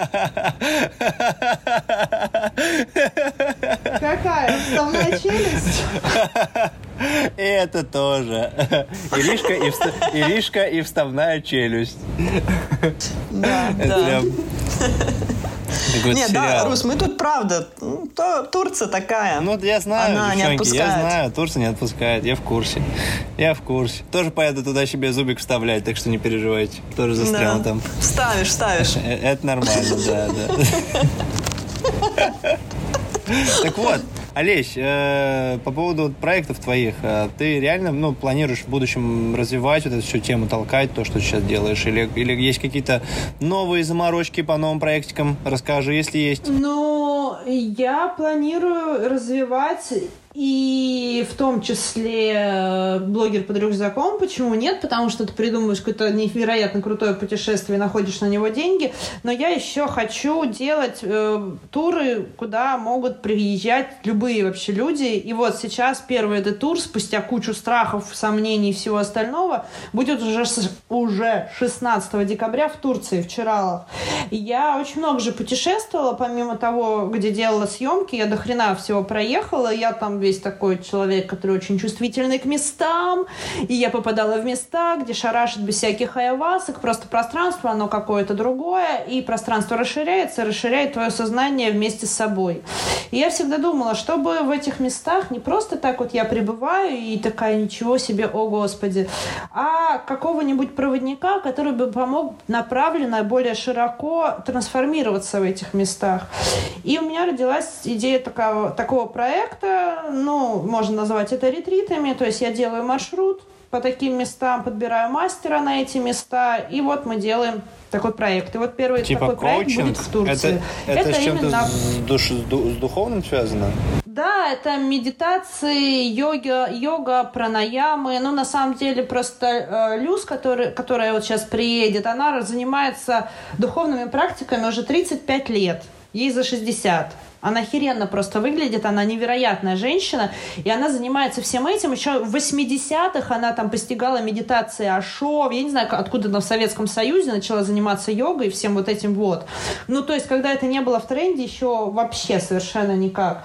Какая? Вставная челюсть? И это тоже. Иришка и вставная челюсть. Да. Нет, да, Рус, мы тут правда. Турция такая. Я знаю, она не отпускает. Я знаю, Турция не отпускает. Я в курсе. Тоже поеду туда себе зубик вставлять, так что не переживайте. Тоже застрял там. Вставишь. Это нормально, да. Так вот, Олесь, по поводу проектов твоих, ты реально, планируешь в будущем развивать вот эту всю тему, толкать то, что ты сейчас делаешь? Или есть какие-то новые заморочки по новым проектикам? Расскажи, если есть. Я планирую развивать и в том числе блогер под рюкзаком. Почему нет? Потому что ты придумываешь какое-то невероятно крутое путешествие, находишь на него деньги. Но я еще хочу делать туры, куда могут приезжать любые вообще люди. И вот сейчас первый этот тур, спустя кучу страхов, сомнений и всего остального, будет уже 16 декабря в Турции, в Чаралах. Я очень много же путешествовала, помимо того, где делала съемки, я до хрена всего проехала. Я там весь такой человек, который очень чувствительный к местам, и я попадала в места, где шарашит без всяких айвасок, просто пространство, оно какое-то другое, и пространство расширяется, расширяет твое сознание вместе с собой. И я всегда думала, чтобы в этих местах не просто так вот я пребываю и такая, ничего себе, о господи, а какого-нибудь проводника, который бы помог направленно, более широко трансформироваться в этих местах. И у меня родилась идея такого проекта, ну, можно назвать это ретритами, то есть я делаю маршрут по таким местам, подбираю мастера на эти места, и вот мы делаем такой проект. И вот первый такой проект будет в Турции. Это с чем-то именно... с духовным связано? Да, это медитации, йога, пранаямы. Ну, на самом деле, просто Люз, которая вот сейчас приедет, она занимается духовными практиками уже 35 лет. Ей за 60. Она охеренно просто выглядит, она невероятная женщина, и она занимается всем этим. Еще в 80-х она там постигала медитации Ошо, я не знаю, откуда она в Советском Союзе начала заниматься йогой и всем вот этим вот. Ну, то есть, когда это не было в тренде, еще вообще совершенно никак.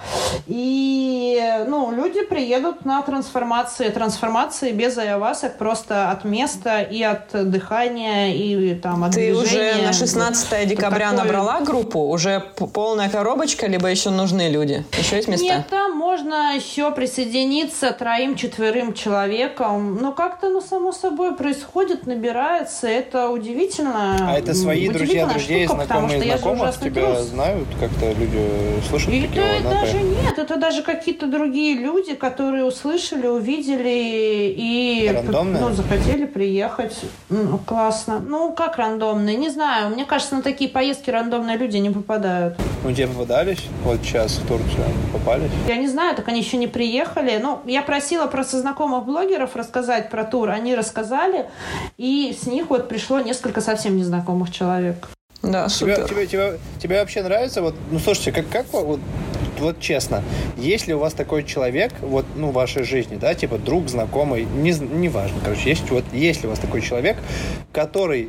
И, ну, люди приедут на трансформации без айвасок, просто от места и от дыхания, и там от движения. Ты уже на 16 декабря набрала группу? Уже полная коробочка, либо еще нужны люди? Еще есть места? Нет, там можно еще присоединиться 3-4 человекам. Но как-то, ну, само собой происходит, набирается. Это удивительно. А это свои друзья, знакомые тебя знают? Как-то люди слышат такие? Это даже какие-то другие люди, которые услышали, увидели и захотели приехать. Ну, классно. Ну, как рандомные? Не знаю. Мне кажется, на такие поездки рандомные люди не попадают. Ну, тебе попадались? Вот сейчас в Турцию попались? Я не знаю, так они еще не приехали. Ну, я просила просто знакомых блогеров рассказать про тур. Они рассказали, и с них вот пришло несколько совсем незнакомых человек. Да, супер. Тебе вообще нравится? Вот, ну, слушайте, как вот честно, есть ли у вас такой человек, вот, ну, в вашей жизни, да, типа друг, знакомый, неважно, короче, есть ли у вас такой человек, который,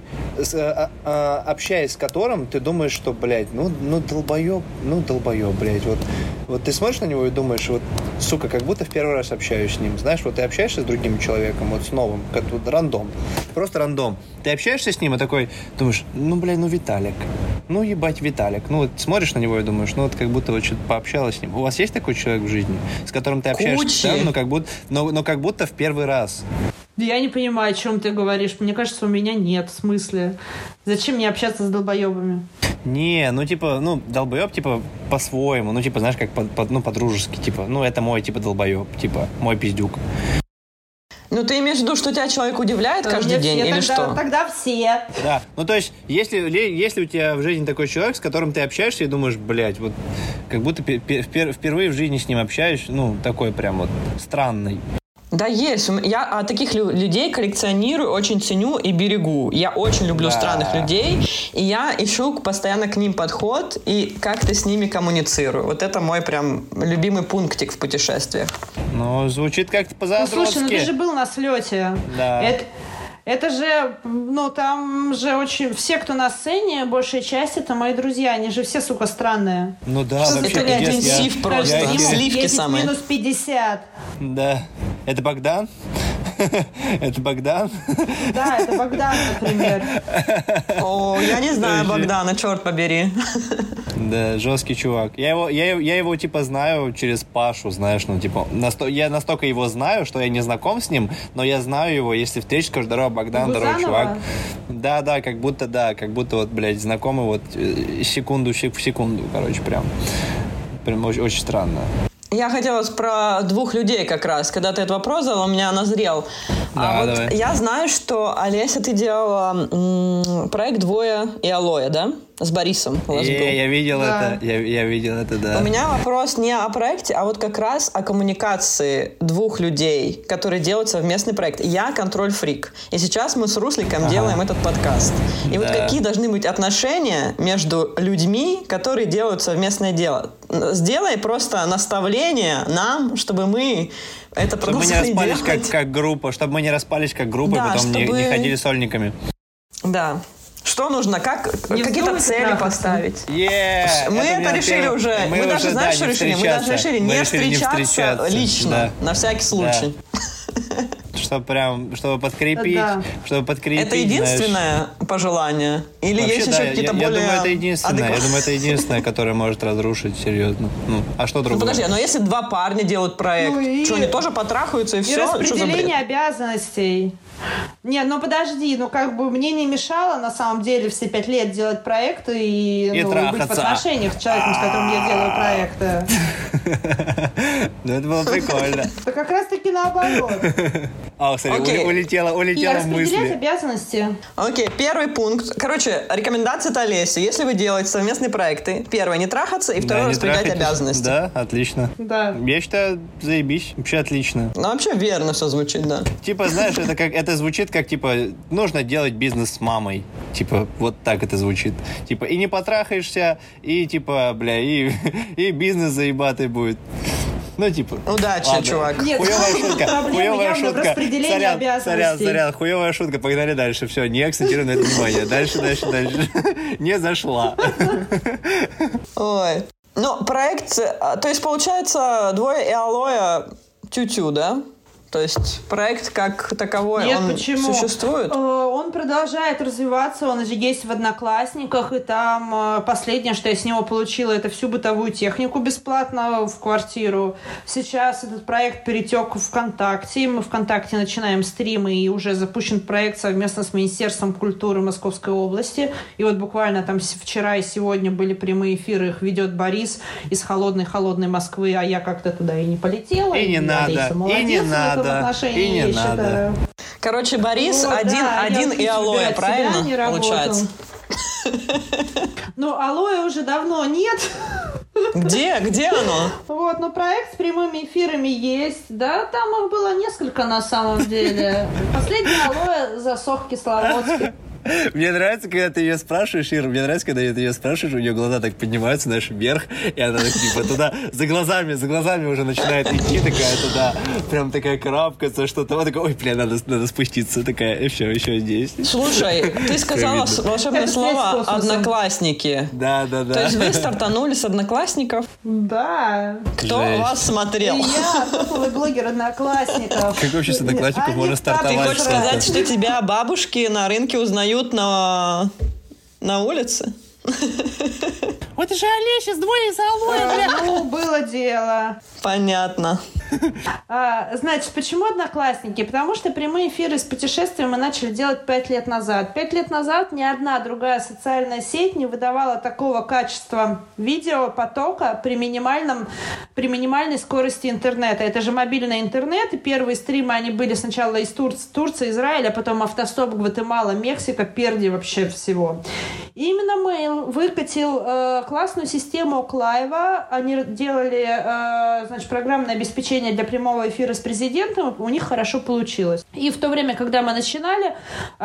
общаясь с которым, ты думаешь, что, блядь, ну, долбоеб, блядь, вот ты смотришь на него и думаешь, вот, сука, как будто в первый раз общаюсь с ним, знаешь, вот ты общаешься с другим человеком, вот с новым, как вот рандом, просто рандом, ты общаешься с ним и такой, думаешь, ну, блядь, ну, Виталик, ну, ебать, Виталик, ну, вот смотришь на него и думаешь, ну, вот как будто вот что-то пообщалась с ним. У вас есть такой человек в жизни, с которым ты общаешься, но как будто в первый раз? Я не понимаю, о чем ты говоришь. Мне кажется, у меня нет. В смысле? Зачем мне общаться с долбоебами? Не, ну, типа, ну, долбоеб, типа, по-своему. Ну, типа, знаешь, как по-дружески, типа, ну, это мой, типа, долбоеб, типа, мой пиздюк. Ну, ты имеешь в виду, что тебя человек удивляет каждый день, или что? Тогда все. Да, ну, то есть, если у тебя в жизни такой человек, с которым ты общаешься и думаешь, блядь, вот, как будто впервые в жизни с ним общаюсь, ну, такой прям вот странный. Да, есть. Я таких людей коллекционирую, очень ценю и берегу. Я очень люблю странных людей, и я ищу постоянно к ним подход и как-то с ними коммуницирую. Вот это мой прям любимый пунктик в путешествиях. Ну, звучит как-то по-задротски. Ну, слушай, ну ты же был на слете. Да. Это же, ну, там же очень... Все, кто на сцене, большая часть, это мои друзья. Они же все, сука, странные. Ну да, что вообще это интенсив просто. Сливки самые. Минус 50. Да. Это Богдан? Это Богдан? Да, это Богдан, например. О, я не знаю Богдана, черт побери. Да, жесткий чувак. Я его, типа, знаю через Пашу, знаешь, ну, типа, я настолько его знаю, что я не знаком с ним, но я знаю его, если встречу, скажу, здорово, Богдан, здорово, чувак. Да, как будто вот, блядь, знакомый вот секунду в секунду, короче, прям очень странно. Я хотела про двух людей как раз. Когда ты этот вопрос задал, у меня назрел. Да, вот я знаю, что, Олеся, ты делала проект «Двое и алоэ», да? С Борисом у вас был. Я видел это. Я видел это, да. У меня вопрос не о проекте, а вот как раз о коммуникации двух людей, которые делают совместный проект. Я контроль-фрик. И сейчас мы с Русликом делаем этот подкаст. И вот какие должны быть отношения между людьми, которые делают совместное дело? Сделай просто наставление нам, чтобы мы это продолжали делать. Чтобы мы не распались как группа, чтобы мы не распались как группа, да, потом не ходили сольниками. Да. Что нужно? Какие-то цели поставить? Мы это решили уже. Мы даже, знаешь, что решили? Мы даже решили не встречаться лично, на всякий случай. Чтобы подкрепить, Это единственное пожелание? Или вообще, есть еще какие-то более... Я думаю, это единственное, которое может разрушить серьезно. А что другое? Подожди, но если два парня делают проект, что, они тоже потрахаются и все? И распределение обязанностей. Не, подожди, мне не мешало на самом деле все 5 лет делать проекты и быть в отношениях с человеком, с которым я делаю проекты. Это было прикольно. Да как раз таки наоборот. Смотри, улетела мысль. Распределять обязанности. Окей, первый пункт. Короче, рекомендация от Олеси. Если вы делаете совместные проекты, первое, не трахаться, и второе, распределять обязанности. Да, отлично. Да. Я считаю, заебись. Вообще отлично. Вообще верно все звучит, да. Знаешь, это звучит как, нужно делать бизнес с мамой. Вот так это звучит. И не потрахаешься, и, и бизнес заебатый будет. Удачи, ладно. Чувак. Нет, хуевая шутка. Сорян, хуевая шутка. Погнали дальше. Все, не акцентируем на это внимание. Дальше. Не зашла. Ой. Проект... То есть, получается, двое и алоэ тю-тю, да? То есть проект как таковой, существует? Он продолжает развиваться, он же есть в Одноклассниках, и там последнее, что я с него получила, это всю бытовую технику бесплатно в квартиру. Сейчас этот проект перетек в ВКонтакте, мы в ВКонтакте начинаем стримы, и уже запущен проект совместно с Министерством культуры Московской области. И вот буквально там вчера и сегодня были прямые эфиры, их ведет Борис из холодной Москвы, а я как-то туда и не полетела. И не надо, и не надо. И не надо. Короче, Борис один и алоэ, правильно? Получается. Алоэ уже давно нет. Где? Где оно? Проект с прямыми эфирами есть. Да, там их было несколько на самом деле. Последний алоэ засох в Кисловодске. Мне нравится, когда ты ее спрашиваешь, Ира, у нее глаза так поднимаются, знаешь, вверх, и она так, туда, за глазами уже начинает идти, такая туда, прям такая карабкаться, что-то, вот такая, ой, надо спуститься, такая, и все, еще здесь. Слушай, ты сказала волшебное слово «одноклассники». Да. То есть вы стартанули с Одноклассников? Да. Кто вас смотрел? Я, топовый блогер Одноклассников. Как вообще с Одноклассников можно стартовать? Ты хочешь сказать, что тебя бабушки на рынке узнают на улице? Вот это же Олеся с двое из алоэ. Было дело. Понятно. Значит, почему Одноклассники? Потому что прямые эфиры с путешествием мы начали делать 5 лет назад. 5 лет назад ни одна другая социальная сеть не выдавала такого качества видеопотока при минимальной скорости интернета. Это же мобильный интернет, и первые стримы, они были сначала из Турции, Израиля, а потом автостоп, Гватемала, Мексика, перди вообще всего. И именно Mail выкатил классную систему Клайва. Они делали, программное обеспечение для прямого эфира с президентом. У них хорошо получилось. И в то время, когда мы начинали,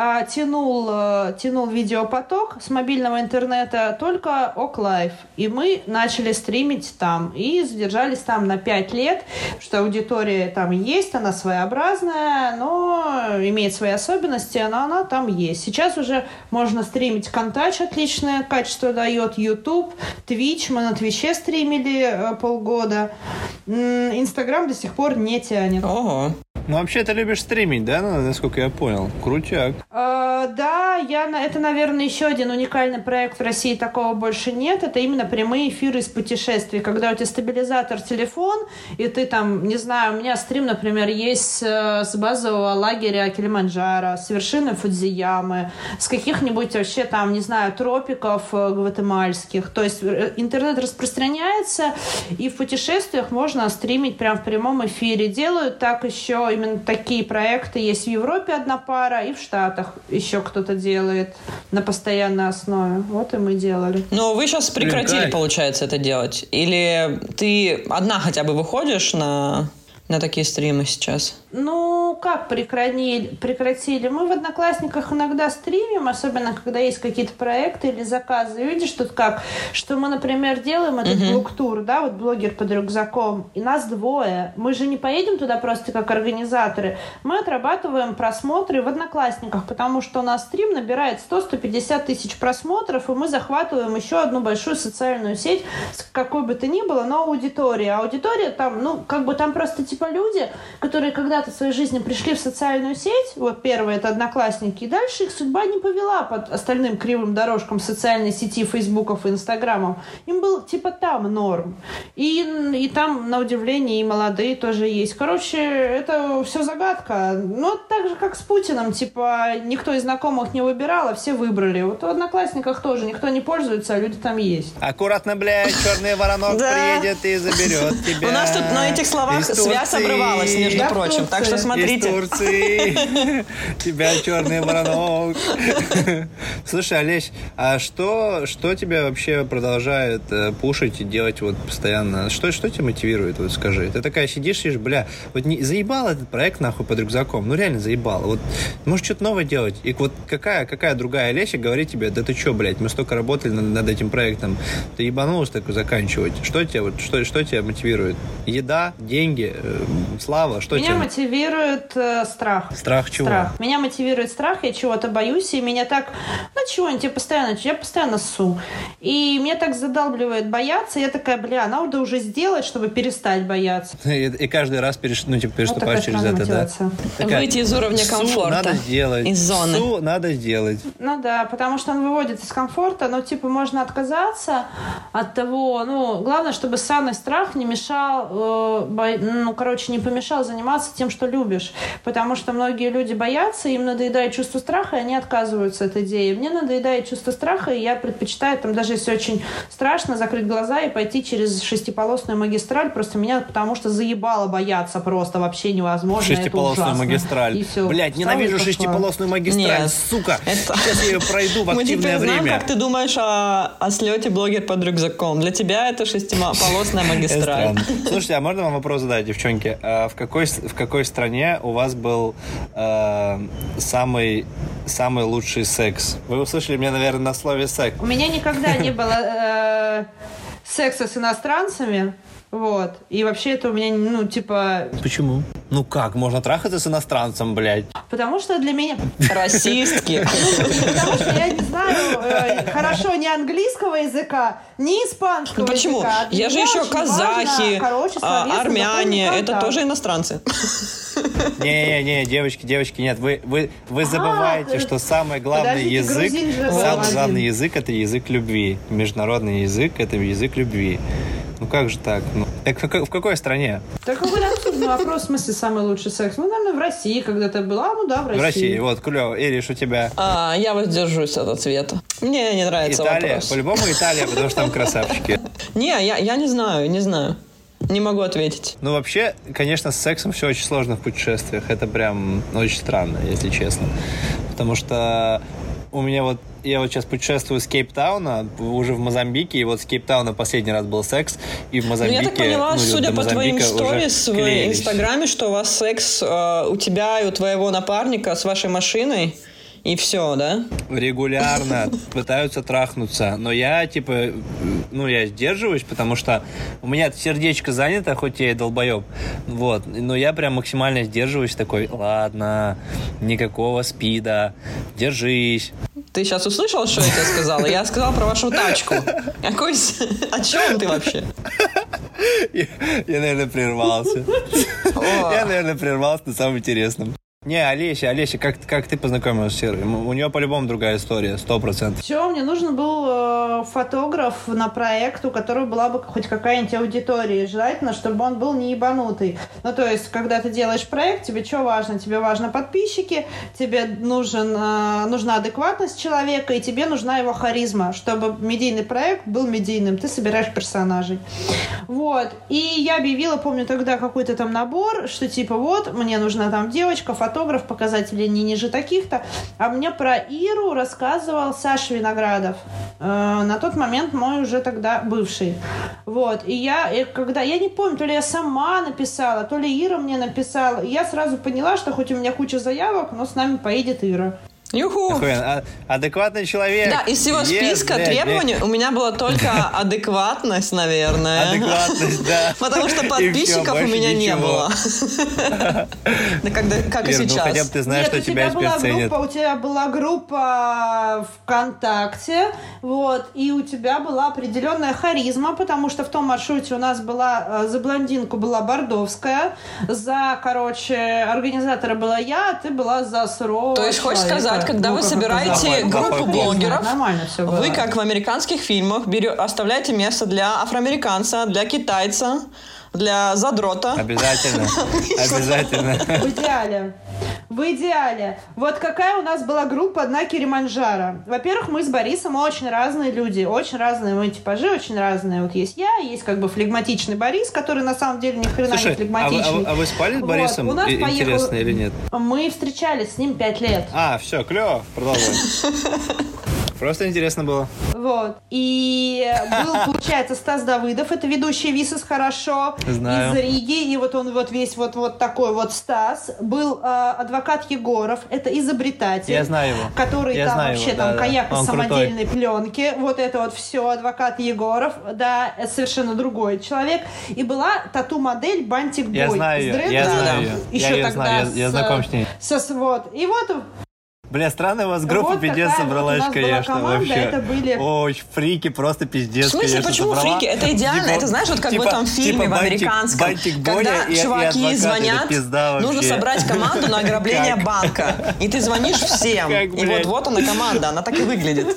тянул видеопоток с мобильного интернета только Оклайв. И мы начали стримить там. И задержались там на 5 лет, что аудитория там есть, она своеобразная, но имеет свои особенности, но она там есть. Сейчас уже можно стримить Контач, отличное качество дает, YouTube, Twitch, мы на Твиче стримили полгода. Инстаграм до сих пор не тянет. Ого. Вообще ты любишь стримить, да, насколько я понял? Крутяк. Да, это, наверное, еще один уникальный проект в России, такого больше нет. Это именно прямые эфиры из путешествий, когда у тебя стабилизатор телефон, и ты там, не знаю, у меня стрим, например, есть с базового лагеря Килиманджаро, с вершины Фудзиямы, с каких-нибудь вообще там, не знаю, тропиков гватемальских. То есть интернет распространяется, и в путешествиях можно стримить прям в прямом эфире. Делают так еще именно такие проекты. Есть в Европе одна пара, и в Штатах еще кто-то делает на постоянной основе. Вот и мы делали. Но вы сейчас прекратили, получается, это делать? Или ты одна хотя бы выходишь на такие стримы сейчас? Ну, как прекратили? Мы в Одноклассниках иногда стримим, особенно когда есть какие-то проекты или заказы. Видишь, тут как? Что мы, например, делаем этот блог-тур, да, вот блогер под рюкзаком, и нас 2. Мы же не поедем туда просто как организаторы. Мы отрабатываем просмотры в Одноклассниках, потому что у нас стрим набирает 100-150 тысяч просмотров, и мы захватываем еще одну большую социальную сеть, с какой бы то ни было, но аудитория. Аудитория там, ну, как бы там просто типа люди, которые когда-то в своей жизни пришли в социальную сеть, вот первое это Одноклассники, и дальше их судьба не повела под остальным кривым дорожкам социальной сети, фейсбуков и инстаграмов. Им был типа там норм. И там, на удивление, и молодые тоже есть. Короче, это все загадка. Ну, так же, как с Путиным, типа, никто из знакомых не выбирал, а все выбрали. Вот в Одноклассниках тоже никто не пользуется, а люди там есть. Аккуратно, блядь, черный воронок приедет и заберет тебя. У нас тут на этих словах связь обрывалась, между прочим. Так что смотрите. Из Турции. Тебя черный воронок. Слушай, Олесь, а что тебя вообще продолжает пушить и делать вот постоянно? Что тебя мотивирует, вот скажи? Ты такая сидишь, бля, вот не заебал этот проект нахуй под рюкзаком? Ну реально заебал. Вот может что-то новое делать? И вот какая другая Олеся говорит тебе, да ты чё, блядь, мы столько работали над этим проектом, ты ебанулась такой заканчивать. Что тебя мотивирует? Еда, деньги, слава, что тебя? Меня мотивирует страх. Страх чего? Страх. Меня мотивирует страх, я чего-то боюсь, и меня так, я постоянно ссу. И меня так задалбливает бояться, я такая, бля, надо уже сделать, чтобы перестать бояться. И каждый раз переступаешь вот через это, да? Выйти из уровня комфорта. Надо сделать. Из зоны. Надо сделать. Ну да, потому что он выводит из комфорта, но типа можно отказаться от того, главное, чтобы ссаный страх не мешал, не помешал заниматься тем, что любишь. Потому что многие люди боятся, им надоедает чувство страха, и они отказываются от идеи. Мне надоедает чувство страха, и я предпочитаю, даже если очень страшно, закрыть глаза и пойти через 6-полосную магистраль. Просто меня потому что заебало бояться просто вообще невозможно. 6-полосную магистраль. Блять, ненавижу 6-полосную магистраль, сука. Сейчас я ее пройду в активное время. Мы знаем, как ты думаешь о слете блогер под рюкзаком. Для тебя это 6-полосная магистраль. Слушайте, а можно вам вопрос задать, девчонки? В какой стране у вас был самый лучший секс? Вы услышали меня, наверное, на слове секс. У меня никогда не было секса с иностранцами. Вот. И вообще это у меня, Почему? Ну как? Можно трахаться с иностранцем, блядь? Потому что для меня... Расистки. Потому что я не знаю хорошо ни английского языка, ни испанского языка. Почему? Я же еще казахи, армяне. Это тоже иностранцы. Не, девочки, нет. Вы забываете, что самый главный язык это язык любви. Международный язык это язык любви. Ну как же так? Так в какой стране? Так какой абсурдный вопрос, в смысле самый лучший секс? Наверное, в России когда-то была. В России. В России, вот, клево. Ириш, у тебя? Я воздержусь от ответа. Мне не нравится Италия? вопрос. По-любому Италия, потому что там красавчики. Не, я не знаю. Не могу ответить. Ну, вообще, конечно, с сексом все очень сложно в путешествиях. Это прям очень странно, если честно. Потому что я сейчас путешествую с Кейптауна, уже в Мозамбике, и вот с Кейптауна последний раз был секс, и в Мозамбике... Я так поняла, судя по твоим сторис в Инстаграме, что у вас секс у тебя и у твоего напарника с вашей машиной, и все, да? Регулярно пытаются трахнуться, но я, я сдерживаюсь, потому что у меня сердечко занято, хоть я и долбоеб, вот, но я прям максимально сдерживаюсь, такой, ладно, никакого спида, держись. Ты сейчас услышал, что я тебе сказала? Я сказала про вашу тачку. О чем ты вообще? Я, наверное, прервался. Я, наверное, прервался на самом интересном. Не, Олеся, как ты познакомилась с Серой? У нее по-любому другая история, 100%. Все, мне нужен был фотограф на проект, у которого была бы хоть какая-нибудь аудитория. Желательно, чтобы он был не ебанутый. Ну, то есть, когда ты делаешь проект, тебе что важно? Тебе важны подписчики, тебе нужна адекватность человека, и тебе нужна его харизма, чтобы медийный проект был медийным. Ты собираешь персонажей. Вот. И я объявила, помню, тогда какой-то там набор, что мне нужна там девочка, фотограф, показатели не ниже таких-то. А мне про Иру рассказывал Саша Виноградов. На тот момент мой уже тогда бывший. Вот. И я не помню, то ли я сама написала, то ли Ира мне написала. И я сразу поняла, что хоть у меня куча заявок, но с нами поедет Ира. Юху! Адекватный человек. Да, из всего списка требований у меня была только адекватность, наверное. Адекватность, да. Потому что подписчиков у меня не было. Как и сейчас. Ну хотя бы ты знаешь, что тебя теперь ценят. У тебя была группа ВКонтакте, вот, и у тебя была определенная харизма, потому что в том маршруте у нас была за блондинку была Бордовская, за, организатора была я, а ты была за сурового. То есть хочешь сказать, когда вы собираете группу блогеров, вы, как в американских фильмах, оставляете место для афроамериканца, для китайца, для задрота. Обязательно. Обязательно. В идеале. Вот какая у нас была группа «Одна Килиманджаро». Во-первых, мы с Борисом очень разные люди. Очень разные мы типажи, очень разные. Вот есть я, есть как бы флегматичный Борис, который на самом деле ни хрена не флегматичный. А вы спали с Борисом? Вот. Интересно или нет? Мы встречались с ним 5 лет. Все, клево. Продолжаем. Просто интересно было. Вот. И был, получается, Стас Давыдов, это ведущий «Висас хорошо» Знаю. Из Риги. И вот он вот весь вот такой вот Стас. Был адвокат Егоров, это изобретатель. Я знаю его. Который я там знаю вообще его, там да, каяк из самодельной крутой. пленки. Вот это вот все, адвокат Егоров. Да, это совершенно другой человек. И была тату-модель Бантик Бой. Я знаю ее. Я знаю ее. Еще я ее тогда знаю. Я знаком с ней. Вот. И вот... Бля, странная у вас группа вот пиздец собралась, вот конечно, команда, вообще. Это были... Очень фрики, просто пиздец, В смысле, конечно, почему собрала. фрики? Это идеально. Это знаешь, вот как в этом фильме в американском. Когда чуваки звонят, нужно собрать команду на ограбление банка. И ты звонишь всем. И вот она команда, она так и выглядит.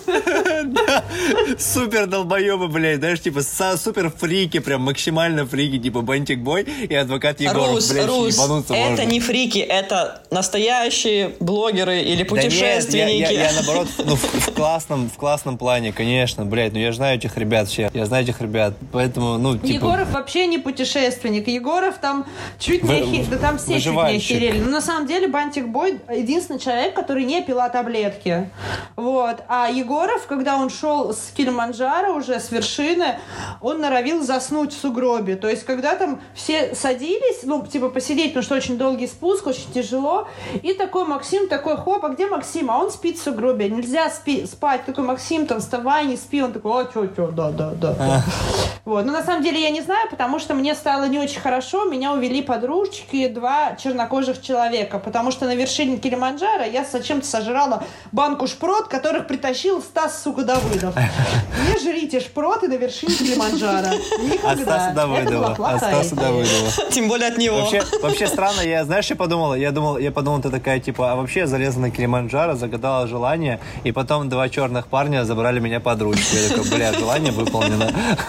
Супер долбоебы, блядь, знаешь, типа супер фрики, прям максимально фрики, типа Бантик Бой и адвокат Егоров, блядь, ебануться можно. Это не фрики, это настоящие блогеры или путешественники. Нет, я наоборот, в классном плане, конечно, блядь, я же знаю этих ребят все, поэтому, типа... Егоров вообще не путешественник, Егоров там чуть не да там все чуть не охерели. Но на самом деле Бантик Бой единственный человек, который не пила таблетки, вот, а Егоров, когда он шел с Килиманджаро уже, с вершины, он норовил заснуть в сугробе, то есть когда там все садились, посидеть, потому что очень долгий спуск, очень тяжело, и такой Максим, хоп, а где Максим? А он спит в сугробе. Нельзя спать. Такой, Максим, там, вставай, не спи. Он такой, да. Вот. Но на самом деле я не знаю, потому что мне стало не очень хорошо. Меня увели подружки 2 чернокожих человека, потому что на вершине Килиманджаро я зачем-то сожрала банку шпрот, которых притащил Стас, сука, Давыдов. Не жрите шпроты на вершине Килиманджаро. Никогда. Это была плохая идея. Тем более от него. Вообще странно. Знаешь, я подумал, ты такая, типа, а вообще залезла на Килиманджаро, загадала желание, и потом 2 черных парня забрали меня под ручку. Я такой, желание выполнено.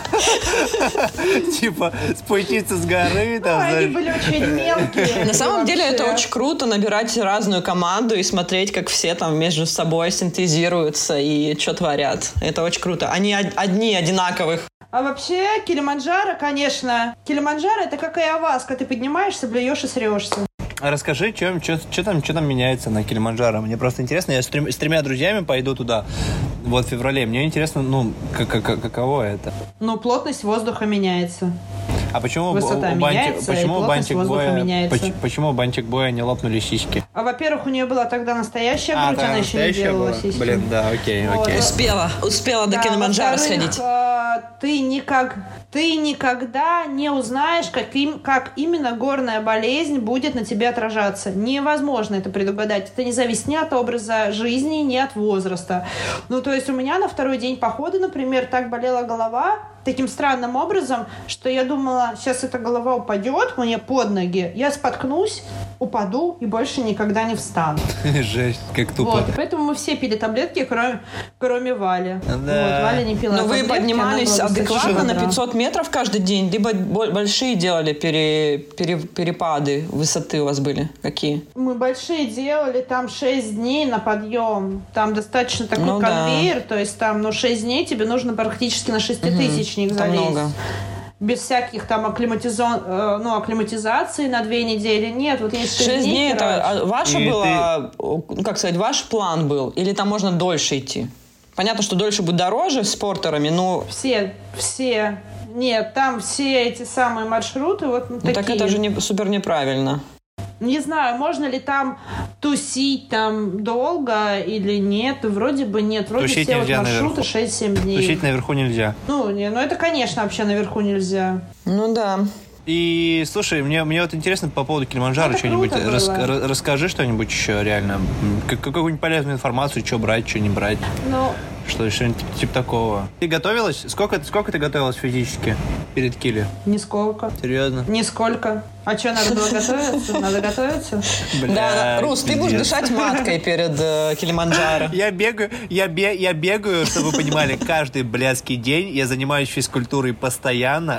Типа, спуститься с горы. Они были очень мелкие. На самом деле это очень круто, набирать разную команду и смотреть, как все там между собой синтезируются и что творят. Это очень круто. Они одни одинаковых. А вообще, Килиманджаро, конечно. Килиманджаро — это как айаваска. Ты поднимаешься, блюешь и срешься. Расскажи, что там меняется на Килиманджаро. Мне просто интересно. Я с 3 друзьями пойду туда в феврале. Мне интересно, каково это. Плотность воздуха меняется. А почему высота меняется, почему у Бантик Боя не лопнули сиськи? А во-первых, у нее была тогда настоящая грудь, она еще не делала сиськи. Блин, да, окей. Успела до Килиманджаро сходить. Ты никогда не узнаешь, как именно горная болезнь будет на тебе отражаться. Невозможно это предугадать. Это не зависит ни от образа жизни, ни от возраста. То есть у меня на 2-й день похода, например, так болела голова таким странным образом, что я думала, сейчас эта голова упадет мне под ноги, я споткнусь, упаду и больше никогда не встану. Жесть, как тупо. Вот, и поэтому мы все пили таблетки, кроме Вали. Да. Вот, Валя не пила таблетки. Но вы поднимались адекватно на 500 метров каждый день? Либо большие делали перепады высоты у вас были? Какие? Мы большие делали, там 6 дней на подъем. Там достаточно такой конвейер, то есть там 6 дней тебе нужно практически на 6000 залезть. Много. Без всяких там акклиматизации на 2 недели. Нет, вот есть 6 дней это ваше было, ваш план был? Или там можно дольше идти? Понятно, что дольше будет дороже с портерами, но... Все. Нет, там все эти самые маршруты вот такие. Так это же супер неправильно. Не знаю, можно ли там тусить там долго или нет. Вроде бы нет. Вроде тусить все вот маршруты 6-7 дней. Тусить наверху нельзя. Ну, это, конечно, вообще наверху нельзя. Ну да. И, слушай, мне вот интересно по поводу Килиманджаро что-нибудь. Расскажи что-нибудь еще реально. Какую-нибудь полезную информацию, что брать, что не брать. Ну... Что-нибудь типа такого. Ты готовилась? Сколько ты готовилась физически перед Кили? Нисколько. Серьезно? Нисколько. А что, надо было готовиться? Надо готовиться? Да, Рус, ты будешь дышать маткой перед Килиманджаро. Я бегаю, чтобы вы понимали, каждый блядский день я занимаюсь физкультурой постоянно,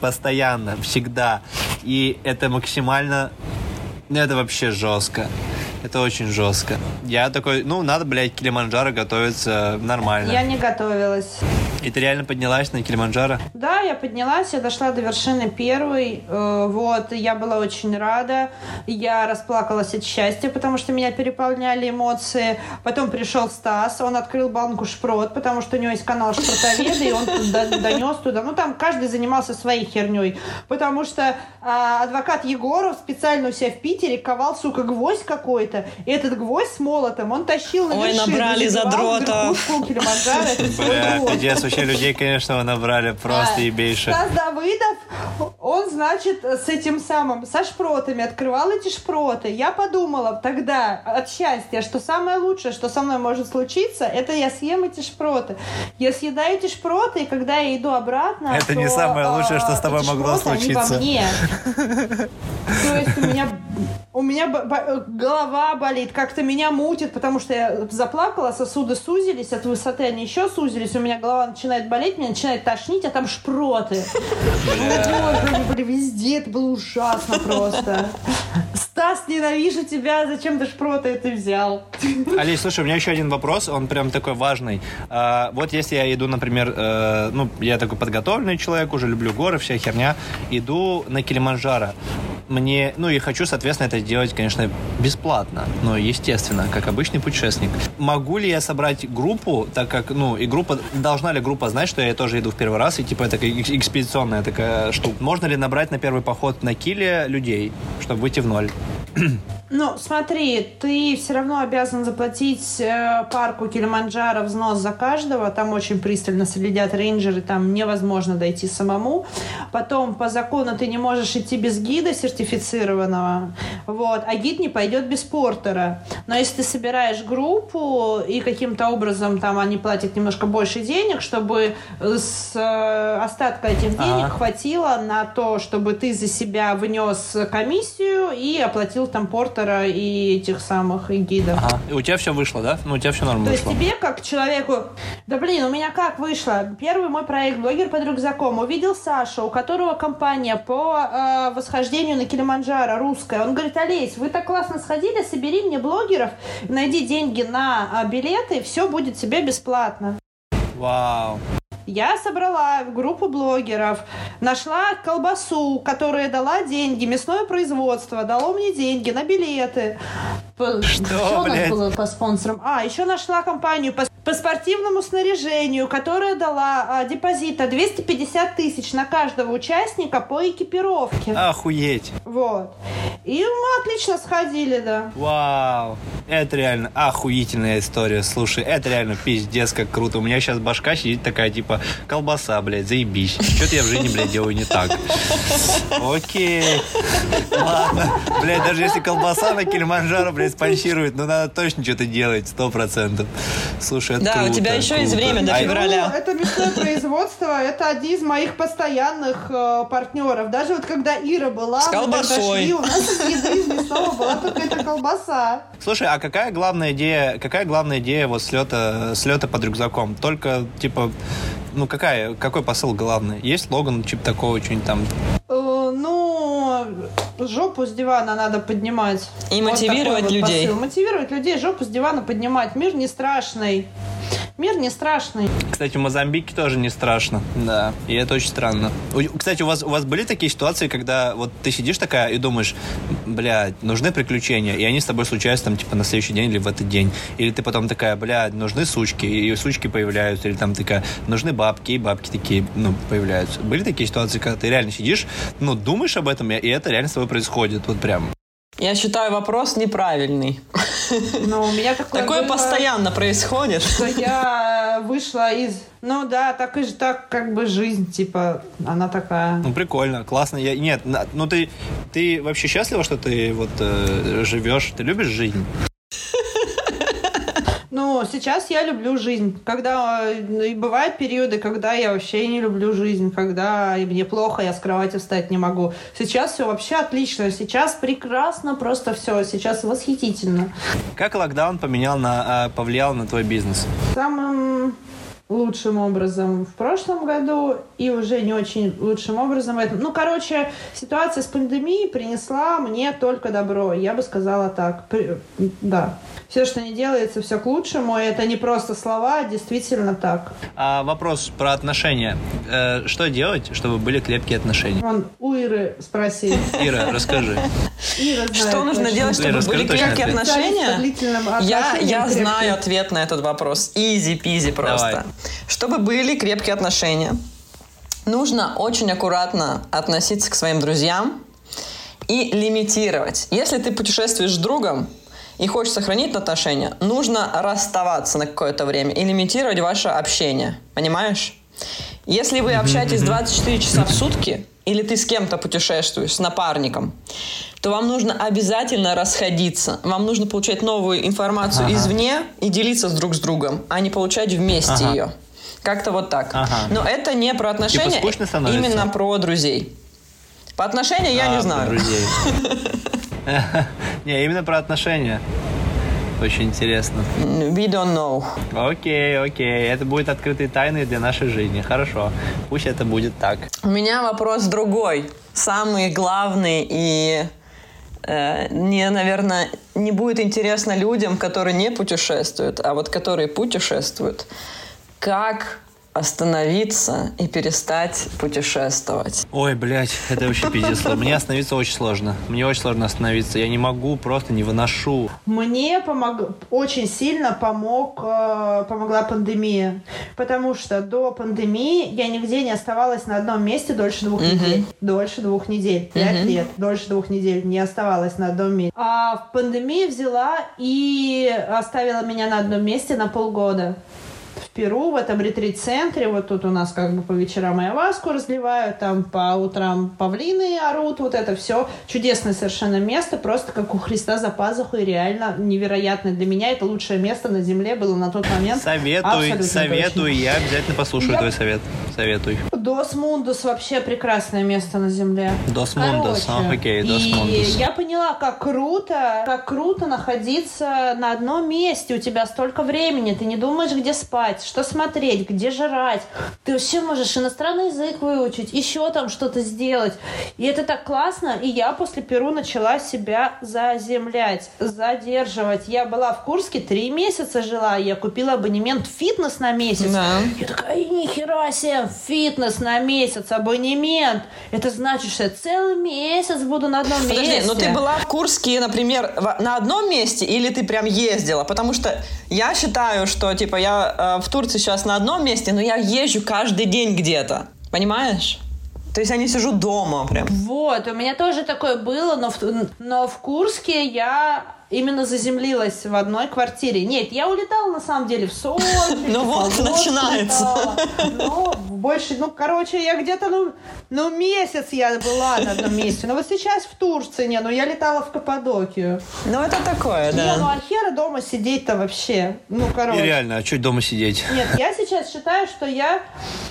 всегда. И это максимально... Это вообще жестко. Это очень жестко. Я такой, надо, блядь, Килиманджаро готовиться нормально. Я не готовилась. И ты реально поднялась на Килиманджаро? Да, я поднялась, я дошла до вершины первой. Вот, я была очень рада. Я расплакалась от счастья, потому что меня переполняли эмоции. Потом пришел Стас, он открыл банку шпрот, потому что у него есть канал Шпротоведы, и он донес туда. Там каждый занимался своей херней. Потому что адвокат Егоров специально у себя в Питере ковал, сука, гвоздь какой-то. И этот гвоздь с молотом он тащил на вершину. Ой, набрали задрота. Бля, пиздец, вообще людей, конечно, вы набрали просто ебейше. Стас Давыдов, он, значит, со шпротами открывал эти шпроты. Я подумала тогда от счастья, что самое лучшее, что со мной может случиться, это я съем эти шпроты. Я съедаю эти шпроты, и когда я иду обратно, это не самое лучшее, что с тобой могло случиться. Они во мне. То есть у меня голова болит, как-то меня мутит, потому что я заплакала, сосуды сузились от высоты, они еще сузились, у меня голова начинает болеть, меня начинает тошнить, а там шпроты. Боже, они были везде, это было ужасно просто. Стас, ненавижу тебя, зачем ты шпроты это взял? Олесь, слушай, у меня еще один вопрос, он прям такой важный. Вот если я иду, например, я такой подготовленный человек, уже люблю горы, вся херня, иду на Килиманджаро. Мне, и хочу, соответственно, это сделать, конечно, бесплатно, но, естественно, как обычный путешественник. Могу ли я собрать группу, так как, и должна ли группа знать, что я тоже иду в первый раз, и, типа, это экспедиционная такая штука. Можно ли набрать на первый поход на Киле людей, чтобы выйти в ноль? Смотри, ты все равно обязан заплатить парку Килиманджаро взнос за каждого. Там очень пристально следят рейнджеры, там невозможно дойти самому. Потом, по закону, ты не можешь идти без гида сертифицированного. Вот, а гид не пойдет без портера. Но если ты собираешь группу, и каким-то образом там они платят немножко больше денег, чтобы с остатка этих денег хватило на то, чтобы ты за себя внес комиссию и оплатил там портера и этих самых и гидов. Ага. И у тебя все вышло, да? У тебя все нормально вышло. То есть тебе, как человеку... Да блин, у меня как вышло? Первый мой проект «Блогер под рюкзаком» увидел Саша, у которого компания по восхождению на Килиманджаро русская. Он говорит: Олесь, вы так классно сходили, собери мне блогеров, найди деньги на билеты, все будет тебе бесплатно. Вау. Я собрала группу блогеров, нашла колбасу, которая дала деньги, мясное производство дало мне деньги на билеты. Что у нас было по спонсорам? Еще нашла компанию по спортивному снаряжению, которая дала депозита 250 тысяч на каждого участника по экипировке. Охуеть. Вот. И мы отлично сходили, да. Вау. Это реально охуительная история. Слушай, это реально пиздец как круто. У меня сейчас башка сидит такая, типа, колбаса, блядь, заебись. Что-то я в жизни, блядь, делаю не так. Окей. Ладно. Блядь, даже если колбаса на Килиманджаро, блядь, спонсирует, надо точно что-то делать, 100%. Слушай, это круто. Да, у тебя еще есть время до февраля. Это мясное производство, это один из моих постоянных партнеров. Даже вот когда Ира была, с колбасой. У нас из еды из мясного была только эта колбаса. Слушай, а какая главная идея вот слета под рюкзаком? Только, типа, какой посыл главный? Есть слоган, типа такого, что-нибудь там? Жопу с дивана надо поднимать. И мотивировать людей. Посыл. Мотивировать людей, жопу с дивана поднимать. Мир не страшный. Мир не страшный. Кстати, в Мозамбике тоже не страшно. Да, и это очень странно. Кстати, у вас были такие ситуации, когда вот ты сидишь такая и думаешь, блядь, нужны приключения, и они с тобой случаются там, типа, на следующий день или в этот день. Или ты потом такая, блядь, нужны сучки, и сучки появляются. Или там такая, нужны бабки, и бабки такие, появляются. Были такие ситуации, когда ты реально сидишь, думаешь об этом, и это реально с тобой происходит, вот прям. Я считаю, вопрос неправильный. Но у меня такое постоянно происходит. Что я вышла из... Ну да, так как бы жизнь, типа, она такая. Прикольно, классно. Нет, ты вообще счастлива, что ты вот живешь? Ты любишь жизнь? Сейчас я люблю жизнь. И бывают периоды, когда я вообще не люблю жизнь, когда мне плохо, я с кровати встать не могу. Сейчас все вообще отлично. Сейчас прекрасно, просто все. Сейчас восхитительно. Как локдаун повлиял на твой бизнес? Самым лучшим образом в прошлом году и уже не очень лучшим образом в этом. Ситуация с пандемией принесла мне только добро. Я бы сказала так. Да. Все, что не делается, все к лучшему. И это не просто слова, действительно так. А вопрос про отношения. Что делать, чтобы были крепкие отношения? Вон, у Иры спроси. Ира, расскажи. Ира знает, что нужно делать, чтобы были крепкие отношения? Я знаю ответ на этот вопрос. Изи-пизи просто. Давай. Чтобы были крепкие отношения, нужно очень аккуратно относиться к своим друзьям и лимитировать. Если ты путешествуешь с другом и хочешь сохранить отношения, нужно расставаться на какое-то время и лимитировать ваше общение. Понимаешь? Если вы общаетесь 24 часа в сутки, или ты с кем-то путешествуешь, с напарником, то вам нужно обязательно расходиться. Вам нужно получать новую информацию извне и делиться друг с другом, а не получать вместе ее. Как-то вот так. Но это не про отношения, именно про друзей. По отношениям я не знаю. Друзей. Не, именно про отношения. Очень интересно. We don't know. Окей. Это будет открытые тайны для нашей жизни. Хорошо. Пусть это будет так. У меня вопрос другой. Самый главный и, наверное, не будет интересно людям, которые не путешествуют, а вот которые путешествуют. Как остановиться и перестать путешествовать? Ой, блядь, это вообще пиздец. Мне остановиться очень сложно. Мне очень сложно остановиться. Я не могу, просто не выношу. Мне очень сильно помогла пандемия. Потому что до пандемии я нигде не оставалась на одном месте дольше 2 недель. Дольше 2 недель. 5 лет. Дольше 2 недель не оставалась на одном месте. А в пандемии взяла и оставила меня на одном месте на полгода. В Перу, в этом ретрит-центре, вот тут у нас как бы по вечерам айваску разливают, там по утрам павлины орут, вот это все. Чудесное совершенно место, просто как у Христа за пазухой, реально невероятно. Для меня это лучшее место на земле было на тот момент. Советуй, я обязательно послушаю твой совет. Советуй. Дос Мундус вообще прекрасное место на земле. Дос Мундус, окей, Дос Мундус. И я поняла, как круто находиться на одном месте. У тебя столько времени, ты не думаешь, где спать, что смотреть, где жрать. Ты вообще можешь иностранный язык выучить, еще там что-то сделать. И это так классно. И я после Перу начала себя заземлять, задерживать. Я была в Курске 3 месяца жила. Я купила абонемент в фитнес на месяц. Да. Я такая, нихера себе, фитнес на месяц, абонемент. Это значит, что я целый месяц буду на одном месте. Подожди, но ты была в Курске, например, на одном месте или ты прям ездила? Потому что я считаю, что типа я в Турции сейчас на одном месте, но я езжу каждый день где-то. Понимаешь? То есть я не сижу дома прям. Вот, у меня тоже такое было, но в Курске я именно заземлилась в одной квартире. Нет, я улетала на самом деле в Сочи. Ну вот, начинается. Ну, больше, я где-то, месяц я была на одном месте. Но вот сейчас в Турции, я летала в Каппадокию. Ну, это такое, да. А хера дома сидеть-то вообще? И реально, а что дома сидеть? Нет, я сейчас считаю, что я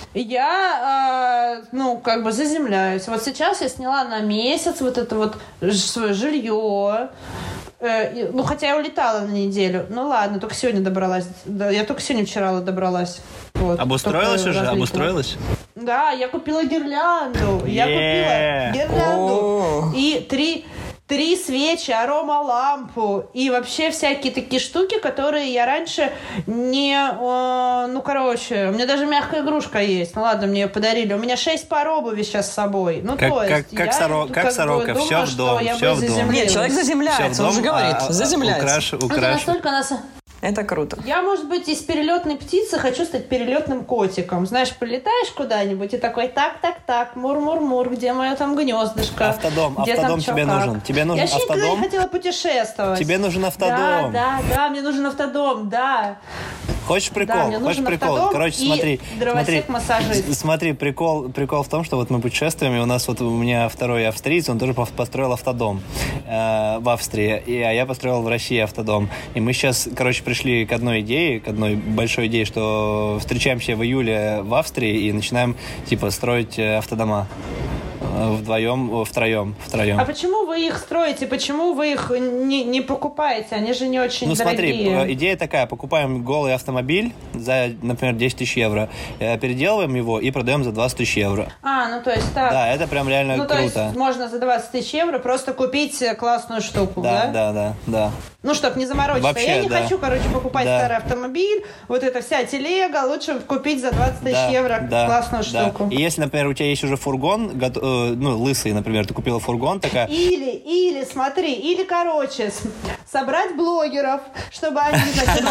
заземляюсь. Вот сейчас я сняла на месяц вот это вот свое жилье. Хотя я улетала на неделю. Ну ладно, только сегодня добралась. Да, я только сегодня вчера добралась. Вот, обустроилась уже? разлитла. Обустроилась? Да, я купила гирлянду. Я купила гирлянду. И 3 свечи, аромалампу и вообще всякие такие штуки, которые я раньше не... Ну, короче, у меня даже мягкая игрушка есть. Ну, ладно, мне ее подарили. У меня 6 пар обуви сейчас с собой. Ну, то есть... Как сорока, все в дом, все в дом. Нет, человек заземляется, он же говорит, заземляется. Это круто. Я, может быть, из перелетной птицы хочу стать перелетным котиком. Знаешь, полетаешь куда-нибудь и такой, так, мур-мур-мур, где мое там гнездышко? Автодом тебе нужен. Тебе нужен автодом. Я никогда не хотела путешествовать. Тебе нужен автодом. Да, мне нужен автодом, да. Хочешь прикол? Хочешь прикол? Короче, смотри, прикол в том, что вот мы путешествуем, и у нас вот у меня второй австриец, он тоже построил автодом в Австрии, а я построил в России автодом. И мы сейчас, короче, пришли к одной большой идее, что встречаемся в июле в Австрии и начинаем, типа, строить автодома. Втроем. А почему вы их строите? Почему вы их не покупаете? Они же не очень дорогие. Смотри, идея такая. Покупаем голый автомобиль за, например, 10 тысяч евро, переделываем его и продаем за 20 тысяч евро. Ну то есть так. Да, это прям реально круто. То есть можно за 20 тысяч евро просто купить классную штуку, да? Да. Ну, чтобы не заморочиться. Вообще, я не хочу, покупать старый автомобиль, вот эта вся телега, лучше купить за 20 тысяч евро классную штуку. И если, например, у тебя есть уже фургон, лысый, например, ты купила фургон, такая... Или, смотри, короче, собрать блогеров, чтобы они, значит,